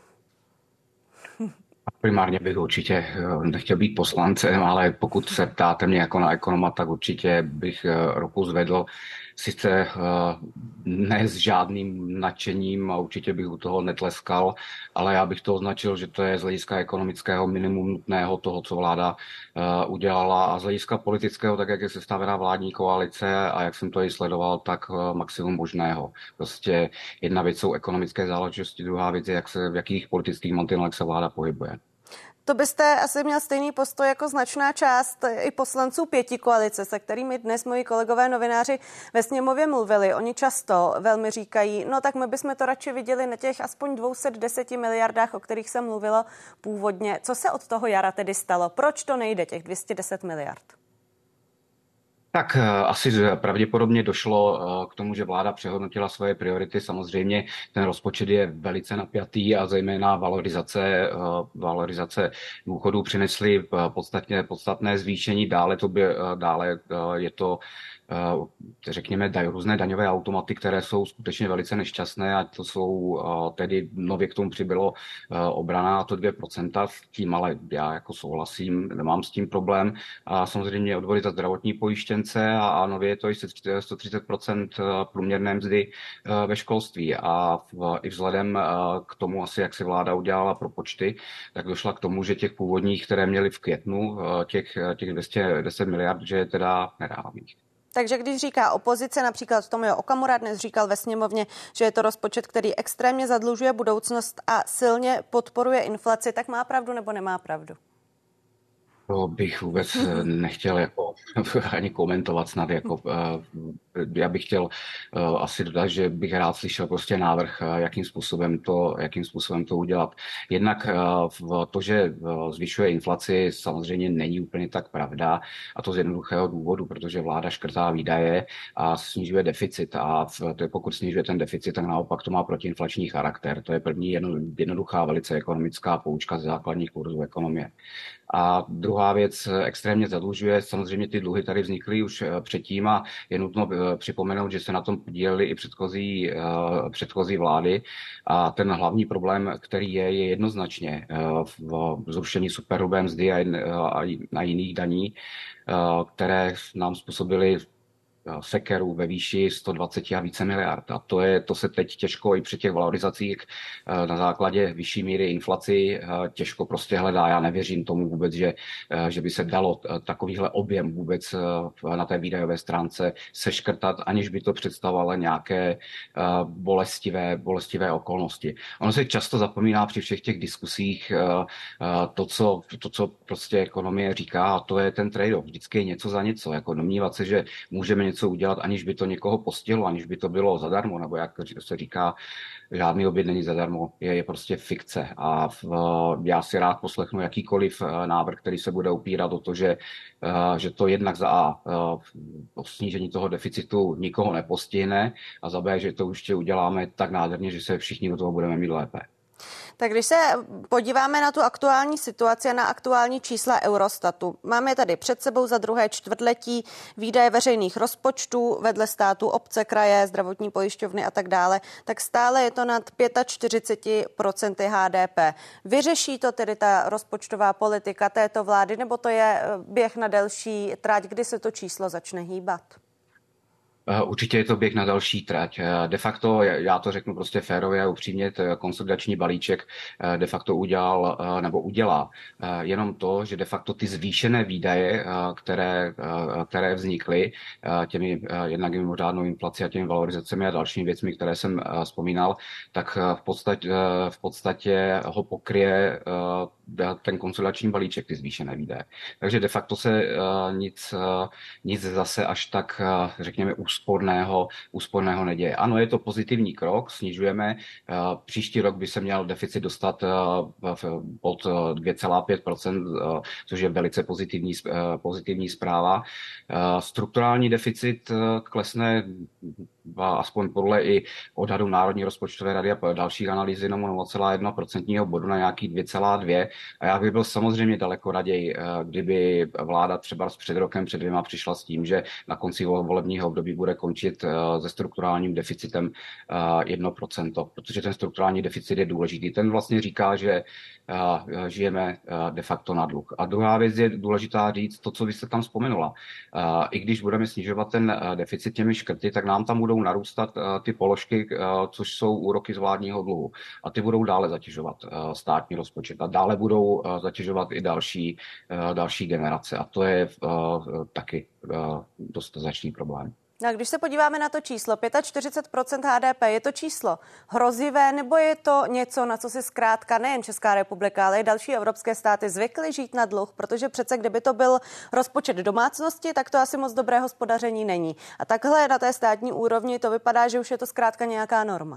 Primárně bych určitě nechtěl být poslancem, ale pokud se ptáte mě jako na ekonoma, tak určitě bych ruku zvedl. Sice ne s žádným nadšením a určitě bych u toho netleskal, ale já bych to označil, že to je z hlediska ekonomického minimum nutného toho, co vláda udělala, a z hlediska politického, tak jak je sestavená vládní koalice a jak jsem to i sledoval, tak maximum možného. Prostě jedna věc jsou ekonomické záležitosti, druhá věc je, jak se, v jakých politických mantinelech se vláda pohybuje. To byste asi měl stejný postoj jako značná část i poslanců pětikoalice, se kterými dnes moji kolegové novináři ve sněmově mluvili. Oni často velmi říkají, no tak my bychom to radši viděli na těch aspoň dvě stě deset miliardách, o kterých se mluvilo původně. Co se od toho jara tedy stalo? Proč to nejde, těch dvě stě deset miliard? Tak asi pravděpodobně došlo k tomu, že vláda přehodnotila svoje priority. Samozřejmě ten rozpočet je velice napjatý a zejména valorizace, valorizace důchodů přinesly podstatně, podstatné zvýšení. Dále, to by, dále je to řekněme různé daňové automaty, které jsou skutečně velice nešťastné, a to jsou tedy nově k tomu přibylo obrana a to dvě procenta, s tím ale já jako souhlasím, nemám s tím problém. A samozřejmě odvody za zdravotní pojištěnce a, a nově je to i sto třicet procent průměrné mzdy ve školství, a v, i vzhledem k tomu asi, jak si vláda udělala propočty, tak došla k tomu, že těch původních, které měli v květnu, těch, těch dvě stě deset miliard, že je teda nereálných. Takže když říká opozice, například Tomio Okamura dnes říkal ve sněmovně, že je to rozpočet, který extrémně zadlužuje budoucnost a silně podporuje inflaci, tak má pravdu nebo nemá pravdu? To bych vůbec nechtěl jako ani komentovat snad. Jako, já bych chtěl asi dodat, že bych rád slyšel prostě návrh, jakým způsobem to, jakým způsobem to udělat. Jednak to, že zvyšuje inflaci, samozřejmě není úplně tak pravda, a to z jednoduchého důvodu, protože vláda škrtá výdaje a snižuje deficit. A pokud snižuje ten deficit, tak naopak to má protiinflační charakter. To je první jednoduchá, velice ekonomická poučka ze základních kurzů ekonomie. A druhá věc, extrémně zadlužuje. Samozřejmě ty dluhy tady vznikly už předtím a je nutno připomenout, že se na tom podílely i předchozí, předchozí vlády. A ten hlavní problém, který je, je jednoznačně v zrušení superhrubé mzdy a, a, a jiných daní, které nám způsobily sekeru ve výši sto dvacet a více miliard. A to, je, to se teď těžko i při těch valorizacích na základě vyšší míry inflaci těžko prostě hledá. Já nevěřím tomu vůbec, že, že by se dalo takovýhle objem vůbec na té výdajové stránce seškrtat, aniž by to představovalo nějaké bolestivé, bolestivé okolnosti. Ono se často zapomíná při všech těch diskusích to, co, to, co prostě ekonomie říká, a to je ten trade-off. Vždycky je něco za něco. Jako domnívat se, že můžeme něco udělat, aniž by to někoho postihlo, aniž by to bylo zadarmo, nebo jak se říká, žádný oběd není zadarmo, je, je prostě fikce. A v, já si rád poslechnu jakýkoliv návrh, který se bude upírat o to, že, že to jednak za A o snížení toho deficitu nikoho nepostihne, a za B, že to už uděláme tak nádherně, že se všichni do toho budeme mít lépe. Tak když se podíváme na tu aktuální situaci a na aktuální čísla Eurostatu, máme tady před sebou za druhé čtvrtletí výdaje veřejných rozpočtů vedle státu, obce, kraje, zdravotní pojišťovny a tak dále, tak stále je to nad čtyřicet pět procent H D P. Vyřeší to tedy ta rozpočtová politika této vlády, nebo to je běh na delší trať, kdy se to číslo začne hýbat? Určitě je to běh na další trať. De facto, já to řeknu prostě férově a upřímně, konsolidační balíček de facto udělal nebo udělá jenom to, že de facto ty zvýšené výdaje, které, které vznikly těmi jednak mimořádnou inflací a těmi valorizacemi a dalšími věcmi, které jsem vzpomínal, tak v podstatě, v podstatě ho pokryje ten konsolidační balíček, ty zvýšené výdaje. Takže de facto se nic, nic zase až tak, řekněme, úsporného, úsporného neděje. Ano, je to pozitivní krok, snižujeme. Příští rok by se měl deficit dostat pod dvě celá pět procenta, což je velice pozitivní, pozitivní zpráva. Strukturální deficit klesne aspoň podle i odhadu Národní rozpočtové rady a dalších analýz jenom nula celá jedna procentního bodu na nějaký dvě celá dvě. A já bych byl samozřejmě daleko raději, kdyby vláda třeba před rokem, před dvěma přišla s tím, že na konci volebního období bude končit se strukturálním deficitem jedno procento, protože ten strukturální deficit je důležitý. Ten vlastně říká, že žijeme de facto na dluh. A druhá věc je důležitá říct to, co vy jste tam vzpomenula. I když budeme snižovat ten deficit těmi škrty, tak nám tam budou narůstat ty položky, což jsou úroky z vládního dluhu. A ty budou dále zatěžovat státní rozpočet a dále budou zatěžovat i další, další generace. A to je taky dost značný problém. A když se podíváme na to číslo čtyřicet pět procent H D P, je to číslo hrozivé, nebo je to něco, na co si zkrátka nejen Česká republika, ale i další evropské státy zvykly žít na dluh, protože přece kdyby to byl rozpočet domácnosti, tak to asi moc dobré hospodaření není. A takhle na té státní úrovni to vypadá, že už je to zkrátka nějaká norma.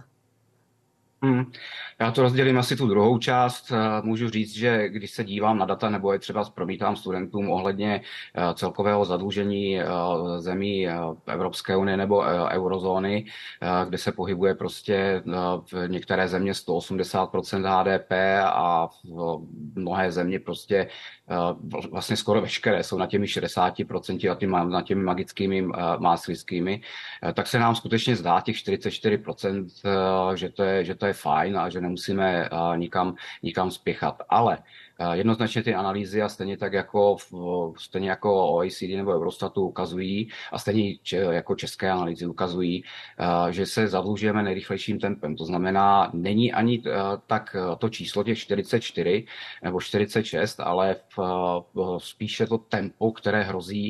Hmm. Já to rozdělím asi tu druhou část. Můžu říct, že když se dívám na data nebo je třeba promítám studentům ohledně celkového zadlužení zemí Evropské unie nebo eurozóny, kde se pohybuje prostě v některé země sto osmdesát procent H D P a v mnohé země prostě vlastně skoro veškeré jsou na těmi šedesát procent a těmi, na těmi magickými maastrichtskými, tak se nám skutečně zdá těch čtyřicet čtyři procent, že to je, že to je fajn a že nemusíme nikam, nikam spěchat. Ale jednoznačně ty analýzy a stejně tak jako, stejně jako O E C D nebo Eurostatu ukazují a stejně jako české analýzy ukazují, že se zadlužujeme nejrychlejším tempem. To znamená, není ani tak to číslo těch čtyřicet čtyři nebo čtyřicet šest, ale v, spíše to tempo, které hrozí,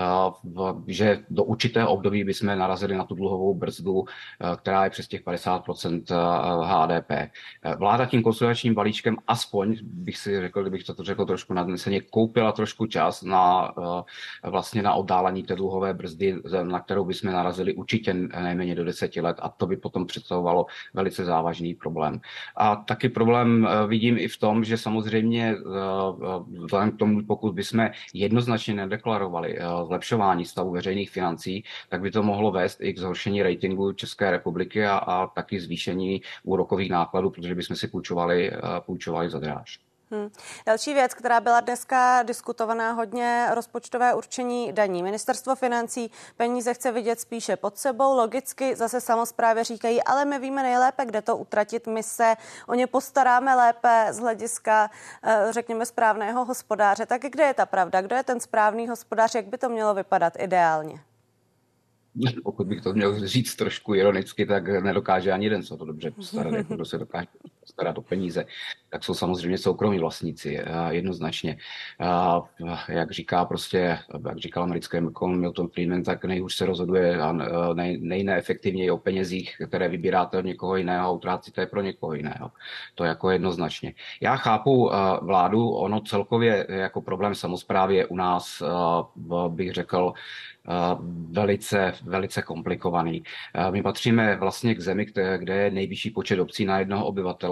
že do určitého období bychom narazili na tu dluhovou brzdu, která je přes těch padesát procent H D P. Vláda tím konsolidačním balíčkem aspoň, bych si řekl, kdybych to řekl trošku nadneseně, koupila trošku čas na vlastně na oddálení té dluhové brzdy, na kterou bychom narazili určitě nejméně do deseti let a to by potom představovalo velice závažný problém. A taky problém vidím i v tom, že samozřejmě vzhledem k tomu, pokud bychom jednoznačně nedeklarovali zlepšování stavu veřejných financí, tak by to mohlo vést i k zhoršení ratingu České republiky a, a taky zvýšení úrokových nákladů, protože bychom si půjčovali, půjčovali za dráž. Hmm. Další věc, která byla dneska diskutovaná hodně, rozpočtové určení daní. Ministerstvo financí peníze chce vidět spíše pod sebou. Logicky zase samosprávy říkají, ale my víme nejlépe, kde to utratit. My se o ně postaráme lépe z hlediska, řekněme, správného hospodáře. Tak kde je ta pravda? Kdo je ten správný hospodář? Jak by to mělo vypadat ideálně? Pokud bych to měl říct trošku ironicky, tak nedokáže ani jeden se to dobře postarat, jako kdo se dokáže postarat o peníze, tak jsou samozřejmě soukromí vlastníci, jednoznačně. Jak říká prostě, jak říkal americký ekonom Milton Friedman, tak nejhůř se rozhoduje a nej, nejneefektivněji o penězích, které vybíráte od někoho jiného a utrácíte pro někoho jiného. To jako jednoznačně. Já chápu vládu, ono celkově jako problém samosprávy je u nás, bych řekl, velice, velice komplikovaný. My patříme vlastně k zemi, kde je nejvyšší počet obcí na jednoho obyvatele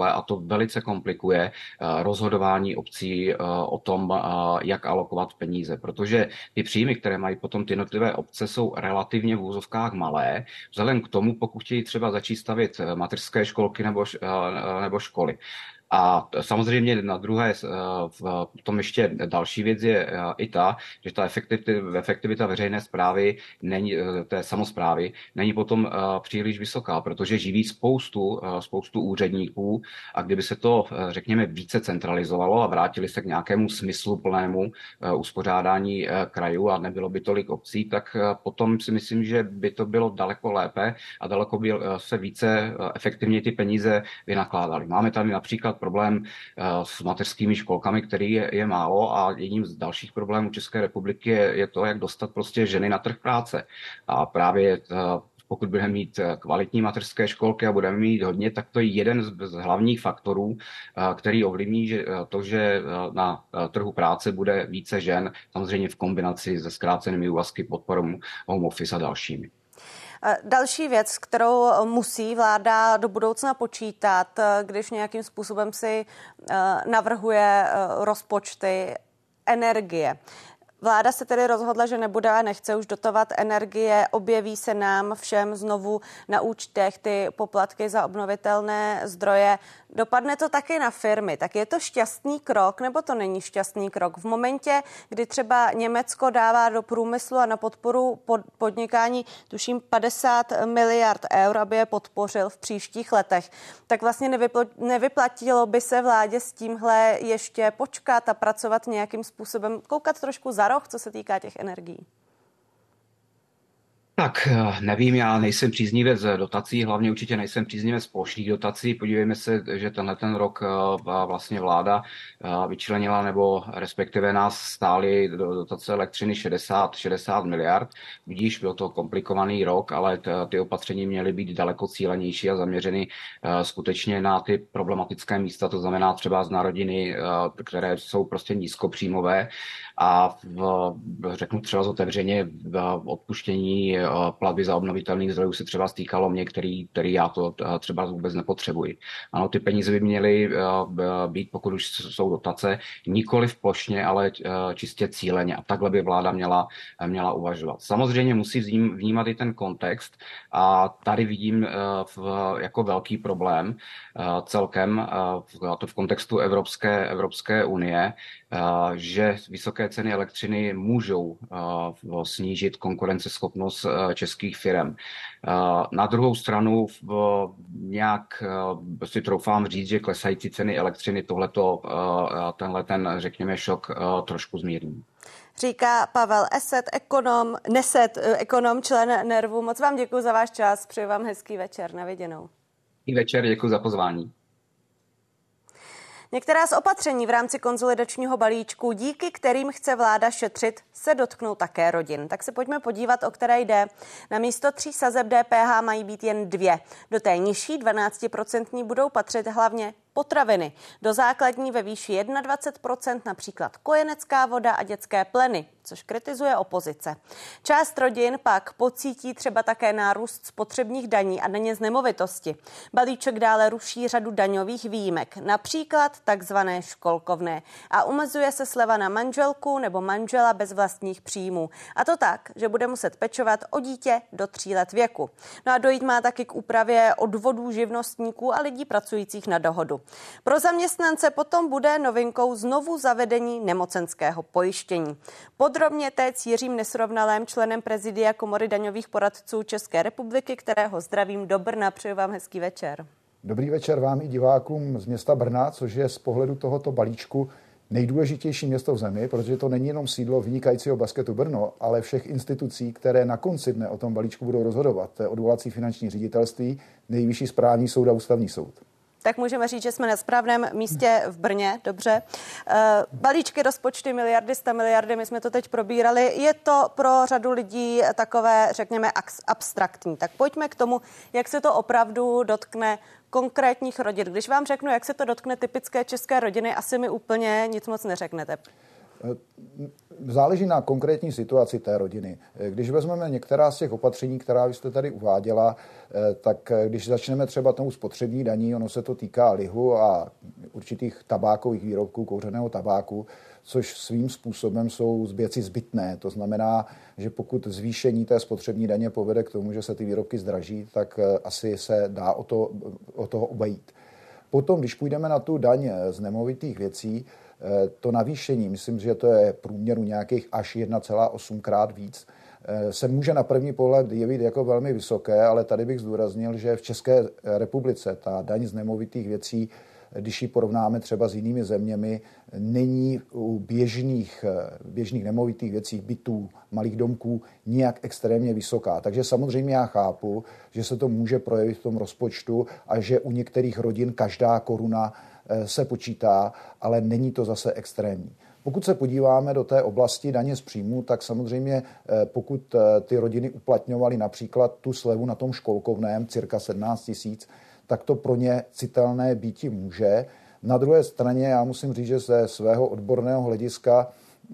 škole a to velice komplikuje rozhodování obcí o tom, jak alokovat peníze, protože ty příjmy, které mají potom ty jednotlivé obce, jsou relativně v úzovkách malé, vzhledem k tomu, pokud chtějí třeba začít stavět mateřské školky nebo, nebo školy. A samozřejmě na druhé, v tom ještě další věc je i ta, že ta efektivita, efektivita veřejné správy, není, té samosprávy, není potom příliš vysoká, protože živí spoustu, spoustu úředníků a kdyby se to, řekněme, více centralizovalo a vrátili se k nějakému smysluplnému uspořádání krajů a nebylo by tolik obcí, tak potom si myslím, že by to bylo daleko lépe a daleko by se více efektivně ty peníze vynakládaly. Máme tady například problém s mateřskými školkami, který je, je málo a jedním z dalších problémů České republiky je, je to, jak dostat prostě ženy na trh práce. A právě pokud budeme mít kvalitní mateřské školky a budeme mít hodně, tak to je jeden z, z hlavních faktorů, který ovlivní že to, že na trhu práce bude více žen, samozřejmě v kombinaci se zkrácenými úvazky, podporou home office a dalšími. Další věc, kterou musí vláda do budoucna počítat, když nějakým způsobem si navrhuje rozpočty, energie. Vláda se tedy rozhodla, že nebude a nechce už dotovat energie. Objeví se nám všem znovu na účtech ty poplatky za obnovitelné zdroje. Dopadne to taky na firmy. Tak je to šťastný krok, nebo to není šťastný krok? V momentě, kdy třeba Německo dává do průmyslu a na podporu podnikání tuším padesát miliard eur, aby je podpořil v příštích letech, tak vlastně nevypl- nevyplatilo by se vládě s tímhle ještě počkat a pracovat nějakým způsobem, koukat trošku za roh, co se týká těch energií? Tak nevím, já nejsem příznivec dotací, hlavně určitě nejsem příznivec plošných dotací. Podívejme se, že tenhle ten rok vlastně vláda vyčlenila, nebo respektive nás stály do dotace elektřiny šedesát miliard. Vidíš, byl to komplikovaný rok, ale ty opatření měly být daleko cílenější a zaměřeny skutečně na ty problematické místa, to znamená třeba z narodiny, které jsou prostě nízkopříjmové. A v, řeknu třeba z otevřeně v odpuštění platby za obnovitelných zdrojů se třeba stýkalo mě, který, který já to třeba vůbec nepotřebuji. Ano, ty peníze by měly být, pokud už jsou dotace, nikoli v plošně, ale čistě cíleně. A takhle by vláda měla, měla uvažovat. Samozřejmě musí vnímat i ten kontext a tady vidím v, jako velký problém celkem, a to v kontextu Evropské, Evropské unie, že vysoké ceny elektřiny můžou snížit konkurenceschopnost českých firem. Na druhou stranu nějak si troufám říct, že klesající ceny elektřiny tohleto, tenhle ten, řekněme, šok trošku zmírní. Říká Pavel Eset, ekonom, Neset, ekonom, člen Nervu. Moc vám děkuji za váš čas, přeji vám hezký večer, na viděnou. Hezký večer, děkuji za pozvání. Některá z opatření v rámci konsolidačního balíčku, díky kterým chce vláda šetřit, se dotknou také rodin. Tak se pojďme podívat, o které jde. Na místo tří sazeb D P H mají být jen dvě. Do té nižší dvanáctiprocentní budou patřit hlavně potraviny. Do základní ve výši dvacet jedna procent například kojenecká voda a dětské pleny, což kritizuje opozice. Část rodin pak pocítí třeba také nárůst spotřebních daní a daně z nemovitosti. Balíček dále ruší řadu daňových výjimek, například takzvané školkovné, a omezuje se sleva na manželku nebo manžela bez vlastních příjmů. A to tak, že bude muset pečovat o dítě do tří let věku. No a dojít má taky k úpravě odvodů živnostníků a lidí pracujících na dohodu. Pro zaměstnance potom bude novinkou znovu zavedení nemocenského pojištění. Podrobně teď s Jiřím Nesrovnalém, členem prezidia Komory daňových poradců České republiky, kterého zdravím do Brna. Přeju vám hezký večer. Dobrý večer vám i divákům z města Brna, což je z pohledu tohoto balíčku nejdůležitější město v zemi, protože to není jenom sídlo vynikajícího basketu Brno, ale všech institucí, které na konci dne o tom balíčku budou rozhodovat. To je odvolací finanční ředitelství, Nejvyšší správní soud a ústavní soud. Tak můžeme říct, že jsme na správném místě v Brně, dobře. Balíčky, rozpočty, miliardy, sta miliardy, my jsme to teď probírali. Je to pro řadu lidí takové, řekněme, abstraktní. Tak pojďme k tomu, jak se to opravdu dotkne konkrétních rodin. Když vám řeknu, jak se to dotkne typické české rodiny, asi mi úplně nic moc neřeknete. Záleží na konkrétní situaci té rodiny. Když vezmeme některá z těch opatření, která vy jste tady uváděla, tak když začneme třeba tou spotřební daní, ono se to týká lihu a určitých tabákových výrobků, kouřeného tabáku, což svým způsobem jsou věci zbytné. To znamená, že pokud zvýšení té spotřební daně povede k tomu, že se ty výrobky zdraží, tak asi se dá o, to, o toho obejít. Potom, když půjdeme na tu daň z nemovitých věcí, to navýšení, myslím, že to je průměru nějakých až jedna celá osm krát víc, se může na první pohled jevit jako velmi vysoké, ale tady bych zdůraznil, že v České republice ta daň z nemovitých věcí, když ji porovnáme třeba s jinými zeměmi, není u běžných, běžných nemovitých věcí, bytů, malých domků nijak extrémně vysoká. Takže samozřejmě já chápu, že se to může projevit v tom rozpočtu a že u některých rodin každá koruna se počítá, ale není to zase extrémní. Pokud se podíváme do té oblasti daně z příjmu, tak samozřejmě pokud ty rodiny uplatňovaly například tu slevu na tom školkovném, cirka sedmnáct tisíc, tak to pro ně citelné býti může. Na druhé straně já musím říct, že ze svého odborného hlediska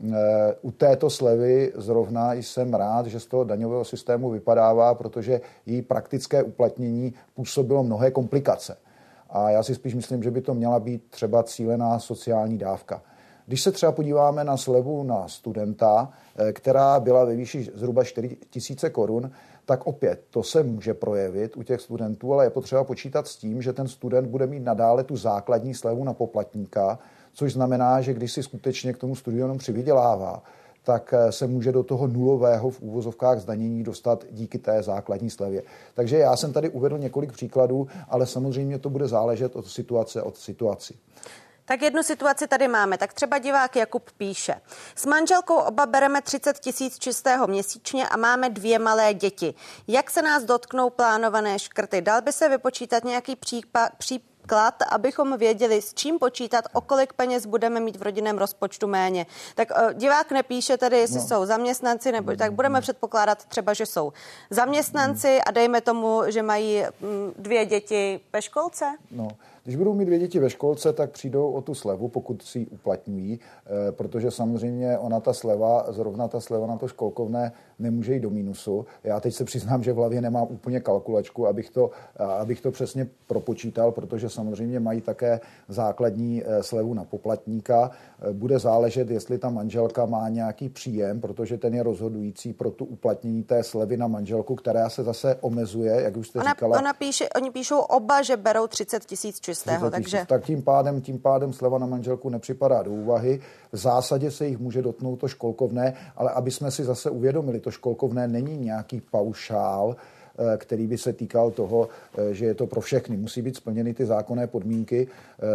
u této slevy zrovna jsem rád, že z toho daňového systému vypadává, protože její praktické uplatnění působilo mnohé komplikace. A já si spíš myslím, že by to měla být třeba cílená sociální dávka. Když se třeba podíváme na slevu na studenta, která byla ve výši zhruba čtyři tisíce korun, tak opět to se může projevit u těch studentů, ale je potřeba počítat s tím, že ten student bude mít nadále tu základní slevu na poplatníka, což znamená, že když si skutečně k tomu studiu jenom přivydělává, tak se může do toho nulového v úvozovkách zdanění dostat díky té základní slevě. Takže já jsem tady uvedl několik příkladů, ale samozřejmě to bude záležet od situace od situaci. Tak jednu situaci tady máme. Tak třeba divák Jakub píše. S manželkou oba bereme třicet tisíc čistého měsíčně a máme dvě malé děti. Jak se nás dotknou plánované škrty? Dal by se vypočítat nějaký přípa, příklad, abychom věděli, s čím počítat, o kolik peněz budeme mít v rodinném rozpočtu méně. Tak uh, divák nepíše tady, jestli no. jsou zaměstnanci, nebo tak budeme předpokládat třeba, že jsou zaměstnanci a dejme tomu, že mají mm, dvě děti ve školce. No. Když budou mít dvě děti ve školce, tak přijdou o tu slevu, pokud si ji uplatňují, protože samozřejmě ona ta sleva, zrovna ta sleva na to školkovné nemůže jít do mínusu. Já teď se přiznám, že v hlavě nemám úplně kalkulačku, abych to, abych to přesně propočítal, protože samozřejmě mají také základní slevu na poplatníka. Bude záležet, jestli ta manželka má nějaký příjem, protože ten je rozhodující pro tu uplatnění té slevy na manželku, která se zase omezuje, jak už jste ona, říkala. Ona píše, oni píšou oba, že berou třicet tisíc čistého, takže... Tak tím pádem, tím pádem sleva na manželku nepřipadá do úvahy. V zásadě se jich může dotknout to školkovné, ale aby jsme si zase uvědomili, to školkovné není nějaký paušál, který by se týkal toho, že je to pro všechny. Musí být splněny ty zákonné podmínky,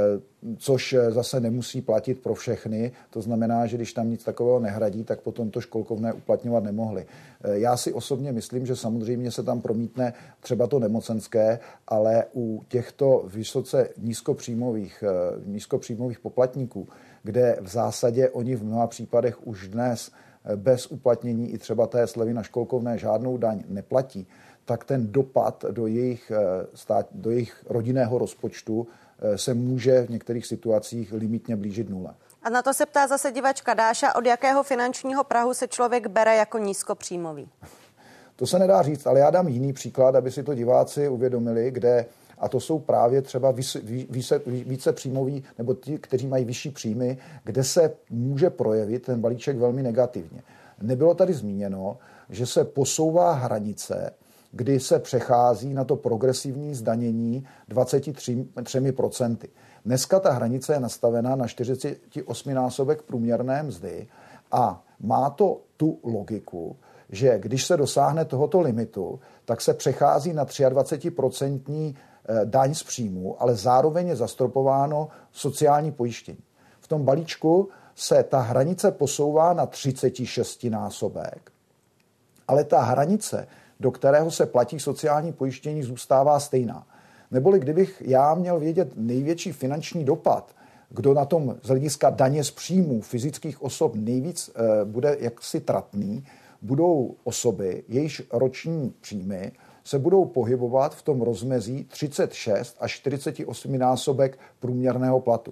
což zase nemusí platit pro všechny. To znamená, že když tam nic takového nehradí, tak potom to školkovné uplatňovat nemohli. Já si osobně myslím, že samozřejmě se tam promítne třeba to nemocenské, ale u těchto vysoce nízkopříjmových, nízkopříjmových poplatníků, kde v zásadě oni v mnoha případech už dnes bez uplatnění i třeba té slevy na školkovné žádnou daň neplatí, tak ten dopad do jejich, stát, do jejich rodinného rozpočtu se může v některých situacích limitně blížit nule. A na to se ptá zase divačka Dáša, od jakého finančního prahu se člověk bere jako nízkopříjmový? To se nedá říct, ale já dám jiný příklad, aby si to diváci uvědomili, kde, a to jsou právě třeba více, více, více příjmoví, nebo ti, kteří mají vyšší příjmy, kde se může projevit ten balíček velmi negativně. Nebylo tady zmíněno, že se posouvá hranice, kdy se přechází na to progresivní zdanění dvacet tři procent. Dneska ta hranice je nastavená na čtyřicetiosminásobek průměrné mzdy a má to tu logiku, že když se dosáhne tohoto limitu, tak se přechází na dvacet tři procent daň z příjmu, ale zároveň je zastropováno sociální pojištění. V tom balíčku se ta hranice posouvá na třicetišestinásobek, ale ta hranice, do kterého se platí sociální pojištění, zůstává stejná. Neboli kdybych já měl vědět největší finanční dopad, kdo na tom z hlediska daně z příjmů fyzických osob nejvíc e, bude jaksi tratný, budou osoby, jejichž roční příjmy se budou pohybovat v tom rozmezí třicet šest až čtyřicet osm násobek průměrného platu.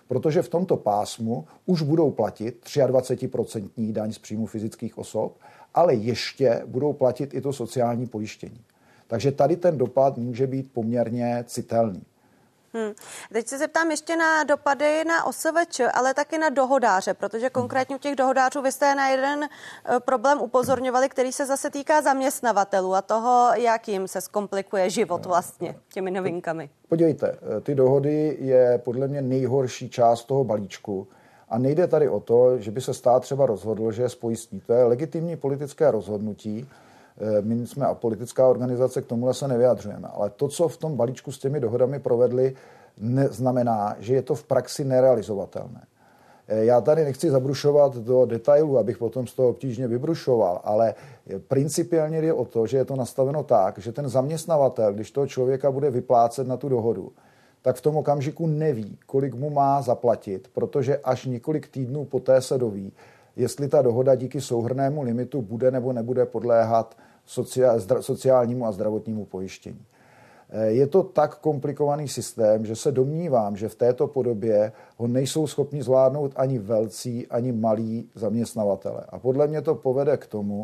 protože v tomto pásmu už budou platit dvacet tři procent daň z příjmu fyzických osob, ale ještě budou platit i to sociální pojištění. Takže tady ten dopad může být poměrně citelný. Hmm. Teď se zeptám ještě na dopady na O S V Č, ale taky na dohodáře, protože konkrétně u těch dohodářů vy jste na jeden problém upozorňovali, který se zase týká zaměstnavatelů a toho, jak jim se zkomplikuje život vlastně těmi novinkami. Podívejte, ty dohody je podle mě nejhorší část toho balíčku a nejde tady o to, že by se stát třeba rozhodl, že je spojistí. To je legitimní politické rozhodnutí. My jsme a politická organizace, k tomuhle se nevyjadřujeme. Ale to, co v tom balíčku s těmi dohodami provedli, znamená, že je to v praxi nerealizovatelné. Já tady nechci zabrušovat do detailů, abych potom z toho obtížně vybrušoval, ale principiálně jde o to, že je to nastaveno tak, že ten zaměstnavatel, když toho člověka bude vyplácet na tu dohodu, tak v tom okamžiku neví, kolik mu má zaplatit, protože až několik týdnů poté se doví, jestli ta dohoda díky souhrnnému limitu bude nebo nebude podléhat sociálnímu a zdravotnímu pojištění. Je to tak komplikovaný systém, že se domnívám, že v této podobě ho nejsou schopni zvládnout ani velcí, ani malí zaměstnavatele. A podle mě to povede k tomu,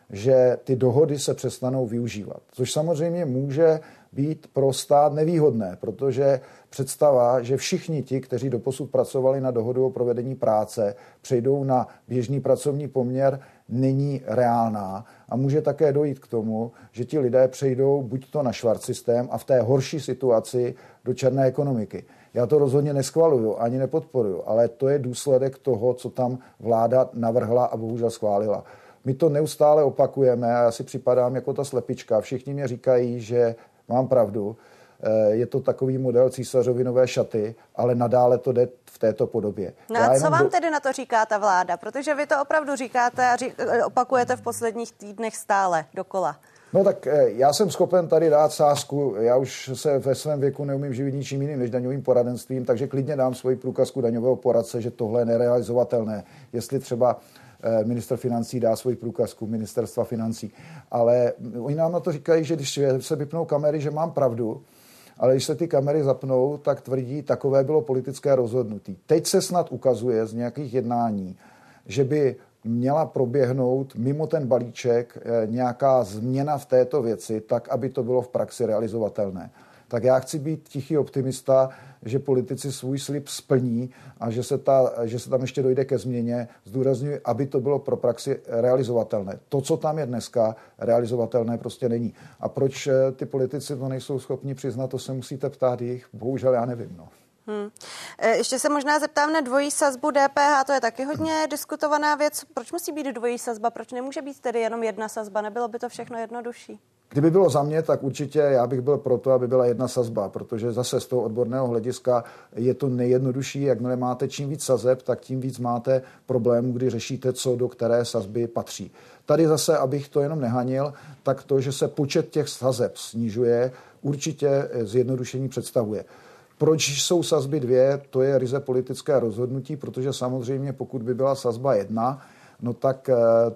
že ty dohody se přestanou využívat. Což samozřejmě může být pro stát nevýhodné, protože představa, že všichni ti, kteří doposud pracovali na dohodu o provedení práce, přejdou na běžný pracovní poměr, není reálná a může také dojít k tomu, že ti lidé přejdou buď to na švart systém a v té horší situaci do černé ekonomiky. Já to rozhodně neschvaluju, ani nepodporuju, ale to je důsledek toho, co tam vláda navrhla a bohužel schválila. My to neustále opakujeme a já si připadám jako ta slepička. Všichni mě říkají, že mám pravdu. Je to takový model císařovy nové šaty, ale nadále to jde v této podobě. No a co vám do... tedy na to říká ta vláda? Protože vy to opravdu říkáte a řík, opakujete v posledních týdnech stále dokola. No tak já jsem schopen tady dát sázku. Já už se ve svém věku neumím živit ničím jiným než daňovým poradenstvím, takže klidně dám svoji průkazku daňového poradce, že tohle je nerealizovatelné. Jestli třeba ministr financí dá svoji průkazku ministerstva financí. Ale oni nám na to říkají, že když se vypnou kamery, že mám pravdu, ale když se ty kamery zapnou, tak tvrdí, takové bylo politické rozhodnutí. Teď se snad ukazuje z nějakých jednání, že by měla proběhnout mimo ten balíček nějaká změna v této věci, tak, aby to bylo v praxi realizovatelné. Tak já chci být tichý optimista, že politici svůj slib splní a že se, ta, že se tam ještě dojde ke změně. Zdůrazňuji, aby to bylo pro praxi realizovatelné. To, co tam je dneska, realizovatelné prostě není. A proč ty politici to nejsou schopni přiznat, to se musíte ptát jich. Bohužel já nevím. No. Hmm. Ještě se možná zeptám na dvojí sazbu D P H, to je taky hodně diskutovaná věc. Proč musí být dvojí sazba? Proč nemůže být tedy jenom jedna sazba? Nebylo by to všechno jednodušší? Kdyby bylo za mě, tak určitě já bych byl pro to, aby byla jedna sazba, protože zase z toho odborného hlediska je to nejjednodušší. Jakmile máte čím víc sazeb, tak tím víc máte problémů, kdy řešíte, co do které sazby patří. Tady zase, abych to jenom nehanil, tak to, že se počet těch sazeb snižuje, určitě zjednodušení představuje. Proč jsou sazby dvě, to je ryze politické rozhodnutí, protože samozřejmě pokud by byla sazba jedna, no tak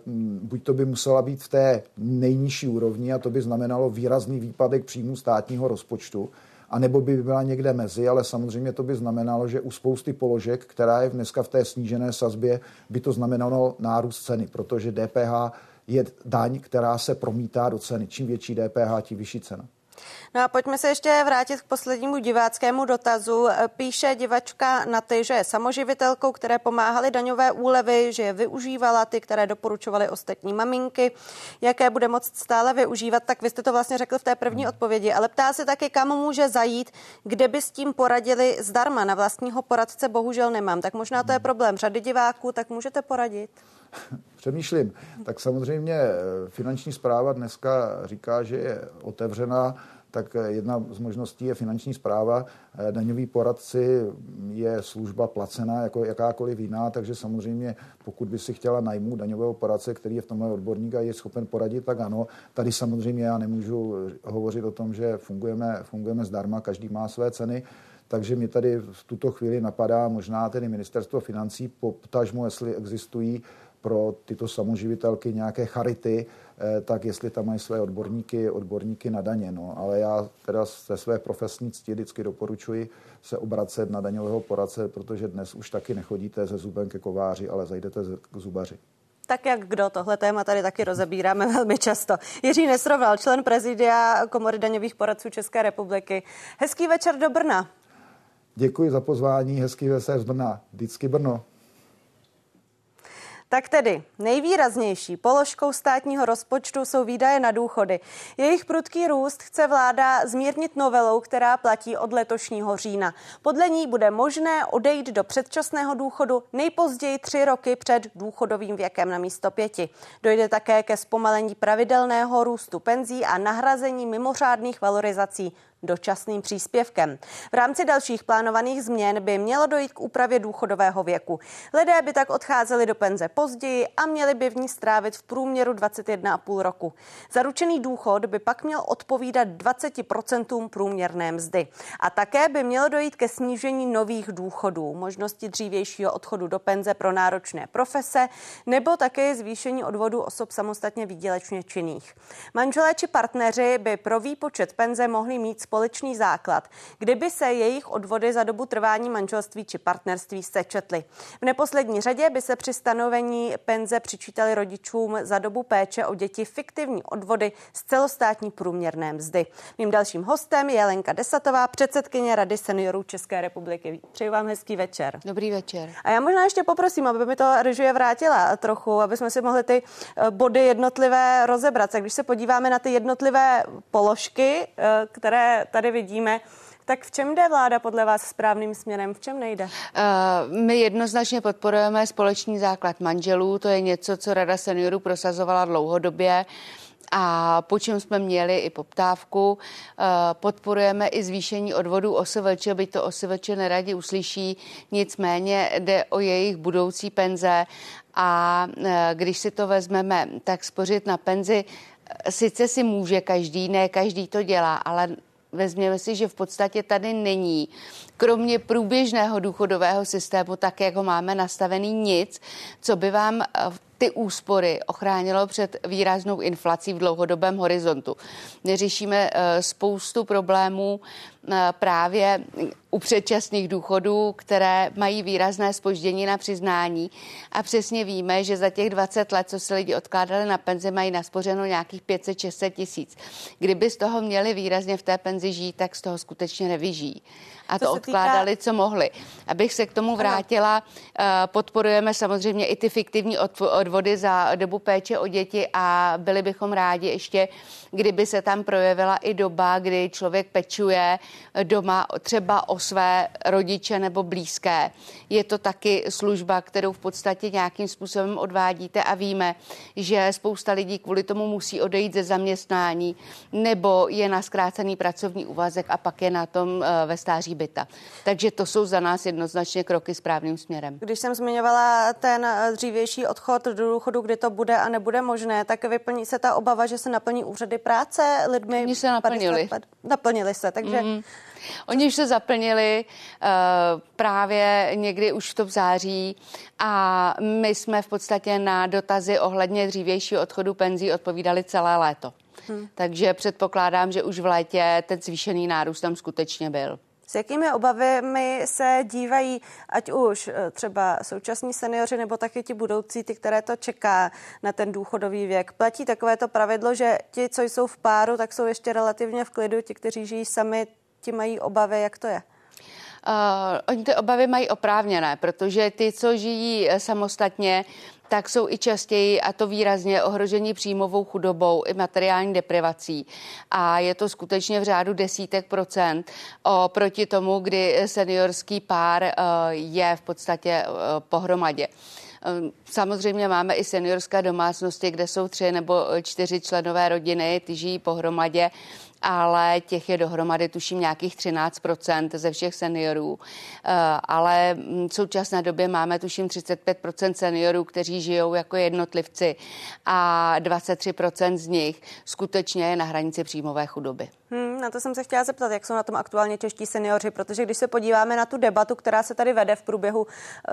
buď to by musela být v té nejnižší úrovni a to by znamenalo výrazný výpadek příjmů státního rozpočtu, anebo by byla někde mezi, ale samozřejmě to by znamenalo, že u spousty položek, která je dneska v té snížené sazbě, by to znamenalo nárůst ceny, protože D P H je daň, která se promítá do ceny. Čím větší D P H, tím vyšší cena. No a pojďme se ještě vrátit k poslednímu diváckému dotazu. Píše divačka Naty, že je samoživitelkou, které pomáhaly daňové úlevy, že je využívala ty, které doporučovaly ostatní maminky, jaké bude moct stále využívat. Tak vy jste to vlastně řekl v té první odpovědi, ale ptá se taky, kam může zajít, kde by s tím poradili zdarma. Na vlastního poradce bohužel nemám. Tak možná to je problém řady diváků, tak můžete poradit? Přemýšlím. Tak samozřejmě finanční správa dneska říká, že je otevřená, tak jedna z možností je finanční správa. Daňový poradci je služba placená jako jakákoliv jiná, takže samozřejmě pokud by si chtěla najmout daňového poradce, který je v tomhle odborník a je schopen poradit, tak ano. Tady samozřejmě já nemůžu hovořit o tom, že fungujeme, fungujeme zdarma, každý má své ceny. Takže mi tady v tuto chvíli napadá možná tedy ministerstvo financí, potažmo, jestli existují pro tyto samoživitelky nějaké charity, tak jestli tam mají své odborníky, odborníky na daně. No. Ale já teda ze své profesní cti vždycky doporučuji se obracet na daňového poradce, protože dnes už taky nechodíte se zubem ke kováři, ale zajdete k zubaři. Tak jak kdo, tohle téma tady taky rozebíráme velmi často. Jiří Nesroval, člen prezidia Komory daňových poradců České republiky. Hezký večer do Brna. Děkuji za pozvání, hezký večer z Brna. Vždycky Brno. Tak tedy nejvýraznější položkou státního rozpočtu jsou výdaje na důchody. Jejich prudký růst chce vláda zmírnit novelou, která platí od letošního října. Podle ní bude možné odejít do předčasného důchodu nejpozději tři roky před důchodovým věkem na místo pěti. Dojde také ke zpomalení pravidelného růstu penzí a nahrazení mimořádných valorizací dočasným příspěvkem. V rámci dalších plánovaných změn by mělo dojít k úpravě důchodového věku. Lidé by tak odcházeli do penze později a měli by v ní strávit v průměru dvacet jedna a půl roku. Zaručený důchod by pak měl odpovídat dvacet procent průměrné mzdy. A také by mělo dojít ke snížení nových důchodů, možnosti dřívějšího odchodu do penze pro náročné profese nebo také zvýšení odvodu osob samostatně výdělečně činných. Manželé či partneři by pro výpočet penze mohli mít společný základ, kdyby se jejich odvody za dobu trvání manželství či partnerství sečetly. V neposlední řadě by se při stanovení penze přičítaly rodičům za dobu péče o děti fiktivní odvody z celostátní průměrné mzdy. Mým dalším hostem je Lenka Desatová, předsedkyně Rady seniorů České republiky. Přeji vám hezký večer. Dobrý večer. A já možná ještě poprosím, aby mi to režie vrátila trochu, aby jsme si mohli ty body jednotlivé rozebrat. Tak když se podíváme na ty jednotlivé položky, které tady vidíme, tak v čem jde vláda podle vás správným směrem, v čem nejde? Uh, my jednoznačně podporujeme společný základ manželů, to je něco, co Rada seniorů prosazovala dlouhodobě a po čem jsme měli i poptávku. Podporujeme i zvýšení odvodů O S V Č, byť to O S V Č neradi uslyší, nicméně jde o jejich budoucí penze a když si to vezmeme, tak spořit na penzi sice si může každý, ne každý to dělá, ale vezměme si, že v podstatě tady není, kromě průběžného důchodového systému, tak jak ho máme nastavený, nic, co by vám ty úspory ochránilo před výraznou inflací v dlouhodobém horizontu. Neřešíme spoustu problémů právě u předčasných důchodů, které mají výrazné zpoždění na přiznání a přesně víme, že za těch dvacet let, co se lidi odkládali na penzi, mají naspořeno nějakých pět set šest set tisíc. Kdyby z toho měli výrazně v té penzi žít, tak z toho skutečně nevyžijí. A to odkládali, týká... co mohli. Abych se k tomu vrátila, podporujeme samozřejmě i ty fiktivní odvody za dobu péče o děti a byli bychom rádi ještě, kdyby se tam projevila i doba, kdy člověk pečuje doma třeba o své rodiče nebo blízké. Je to taky služba, kterou v podstatě nějakým způsobem odvádíte a víme, že spousta lidí kvůli tomu musí odejít ze zaměstnání nebo je na zkrácený pracovní úvazek a pak je na tom ve stáří byta. Takže to jsou za nás jednoznačně kroky správným směrem. Když jsem zmiňovala ten dřívější odchod do důchodu, kdy to bude a nebude možné, tak vyplní se ta obava, že se naplní úřady práce lidmi. Oni se naplnili. padesát, naplnili se, takže... Mm-hmm. Oni už se zaplnili uh, právě někdy už v tom září a my jsme v podstatě na dotazy ohledně dřívějšího odchodu penzí odpovídali celé léto. Hmm. Takže předpokládám, že už v létě ten zvýšený nárůst tam skutečně byl. S jakými obavami se dívají, ať už třeba současní seniori nebo taky ti budoucí, ty, které to čeká na ten důchodový věk? Platí takovéto pravidlo, že ti, co jsou v páru, tak jsou ještě relativně v klidu, ti, kteří žijí sami, ti mají obavy, jak to je? Uh, oni ty obavy mají oprávněné, protože ty, co žijí samostatně, tak jsou i častěji, a to výrazně, ohrožení příjmovou chudobou i materiální deprivací. A je to skutečně v řádu desítek procent oproti tomu, kdy seniorský pár uh, je v podstatě uh, pohromadě. Samozřejmě máme i seniorské domácnosti, kde jsou tři nebo čtyři členové rodiny, ty žijí pohromadě, ale těch je dohromady tuším nějakých třináct procent ze všech seniorů. Ale v současné době máme tuším třicet pět procent seniorů, kteří žijou jako jednotlivci a dvacet tři procent z nich skutečně je na hranici příjmové chudoby. Hmm, Na to jsem se chtěla zeptat, jak jsou na tom aktuálně čeští seniori, protože když se podíváme na tu debatu, která se tady vede v průběhu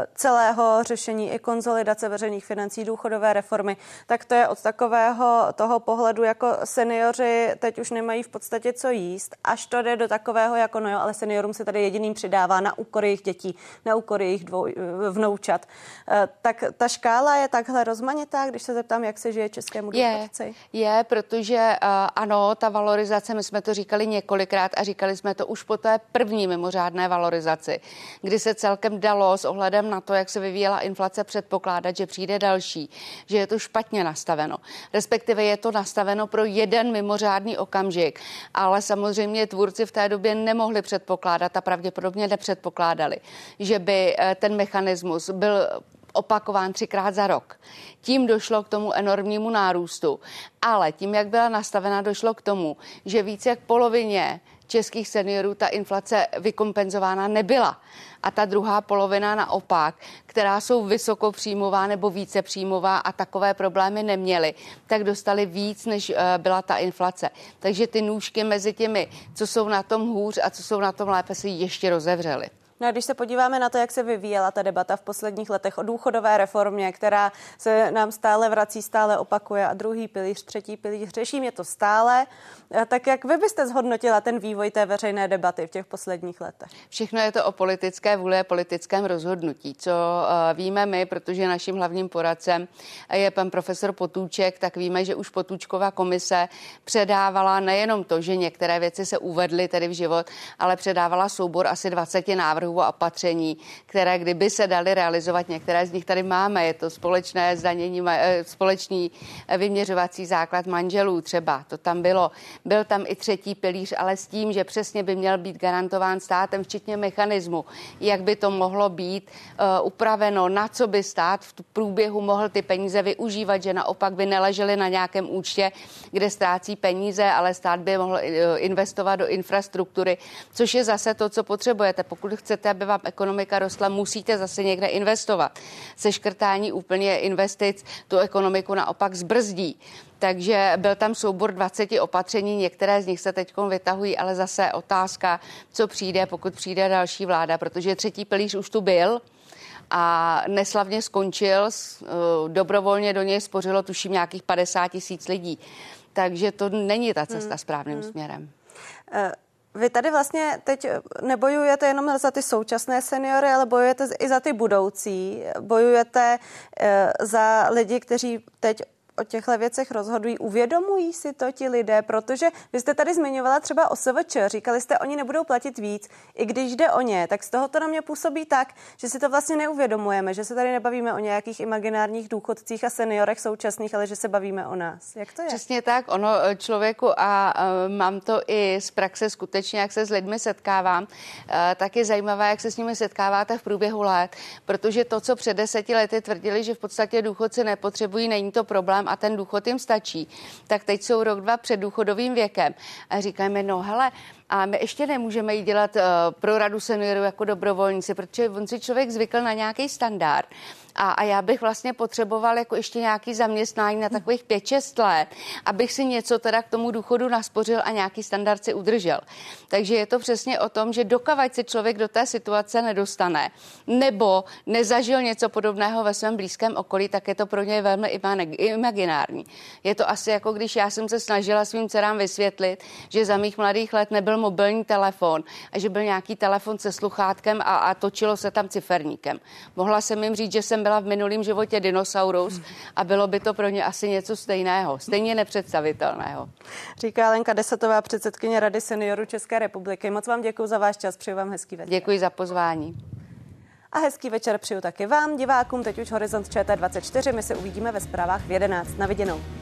celého řešení i konsolidace veřejných financí, důchodové reformy, tak to je od takového toho pohledu, jako seniori teď už nemají v podstatě co jíst, až to jde do takového, jako no jo, ale seniorům se tady jediným přidává na úkor jejich dětí, na úkor jejich dvou, vnoučat. Tak ta škála je takhle rozmanitá, když se zeptám, jak se žije českému důchodci? Je, je, protože uh, ano, ta valorizace, my jsme to říkali několikrát a říkali jsme to už po té první mimořádné valorizaci, kdy se celkem dalo s ohledem na to, jak se vyvíjela inflace, předpokládat, že přijde další, že je to špatně nastaveno. Respektive je to nastaveno pro jeden mimořádný okamžik, ale samozřejmě tvůrci v té době nemohli předpokládat a pravděpodobně nepředpokládali, že by ten mechanismus byl opakován třikrát za rok. Tím došlo k tomu enormnímu nárůstu, ale tím, jak byla nastavena, došlo k tomu, že více jak polovině českých seniorů ta inflace vykompenzována nebyla. A ta druhá polovina naopak, která jsou vysokopříjmová nebo vícepříjmová a takové problémy neměly, tak dostali víc, než byla ta inflace. Takže ty nůžky mezi těmi, co jsou na tom hůř a co jsou na tom lépe, se ještě rozevřely. No a když se podíváme na to, jak se vyvíjela ta debata v posledních letech o důchodové reformě, která se nám stále vrací, stále opakuje a druhý pilíř, třetí pilíř, řeší mě to stále, tak jak vy byste zhodnotila ten vývoj té veřejné debaty v těch posledních letech? Všechno je to o politické vůli a politickém rozhodnutí. Co uh, víme my, protože naším hlavním poradcem je pan profesor Potůček, tak víme, že už Potůčkova komise předávala nejenom to, že některé věci se uvedly tedy v život, ale předávala soubor asi dvacet návrhů a opatření, které kdyby se daly realizovat, některé z nich tady máme, je to společné zdanění, společný vyměřovací základ manželů třeba, to tam bylo. Byl tam i třetí pilíř, ale s tím, že přesně by měl být garantován státem, včetně mechanismu, jak by to mohlo být uh, upraveno, na co by stát v průběhu mohl ty peníze využívat, že naopak by neležely na nějakém účtě, kde ztrácí peníze, ale stát by mohl uh, investovat do infrastruktury, což je zase to, co potřebujete. Pokud chcete, aby vám ekonomika rostla, musíte zase někde investovat. Seškrtání úplně investic tu ekonomiku naopak zbrzdí. Takže byl tam soubor dvacet opatření, některé z nich se teď vytahují, ale zase otázka, co přijde, pokud přijde další vláda, protože třetí pilíř už tu byl a neslavně skončil, dobrovolně do něj spořilo tuším nějakých padesát tisíc lidí. Takže to není ta cesta hmm. správným hmm. směrem. Uh. Vy tady vlastně teď nebojujete jenom za ty současné seniory, ale bojujete i za ty budoucí. Bojujete za lidi, kteří teď o těchto věcech rozhodují. Uvědomují si to ti lidé, protože vy jste tady zmiňovala třeba O S V Č, říkali jste, oni nebudou platit víc, i když jde o ně, tak z toho to na mě působí tak, že si to vlastně neuvědomujeme, že se tady nebavíme o nějakých imaginárních důchodcích a seniorech současných, ale že se bavíme o nás. Jak to je? Přesně tak, ono člověku a uh, mám to i z praxe skutečně, jak se s lidmi setkávám, uh, tak je zajímavé, jak se s nimi setkáváte v průběhu let, protože to, co před deseti lety tvrdili, že v podstatě důchodci nepotřebují, není to problém a ten důchod jim stačí, tak teď jsou rok, dva před důchodovým věkem a říkáme, no hele, a my ještě nemůžeme jít dělat uh, pro radu seniorů jako dobrovolníci, protože on si člověk zvykl na nějaký standard. A, a já bych vlastně potřeboval jako ještě nějaký zaměstnání na takových pět šest let, abych si něco teda k tomu důchodu naspořil a nějaký standard si udržel. Takže je to přesně o tom, že dokavať se člověk do té situace nedostane nebo nezažil něco podobného ve svém blízkém okolí, tak je to pro něj velmi imaginární. Je to asi jako když já jsem se snažila svým dcerám vysvětlit, že za mých mladých let nebyl mobilní telefon a že byl nějaký telefon se sluchátkem a, a točilo se tam ciferníkem. Mohla jsem jim říct, že jsem byla v minulém životě dinosaurus a bylo by to pro ně asi něco stejného, stejně nepředstavitelného. Říká Lenka Desatová, předsedkyně Rady seniorů České republiky. Moc vám děkuji za váš čas, přeju vám hezký večer. Děkuji za pozvání. A hezký večer přeju taky vám, divákům. Teď už Horizont Č T dvacet čtyři, my se uvidíme ve zprávách v jedenáct. Na viděnou.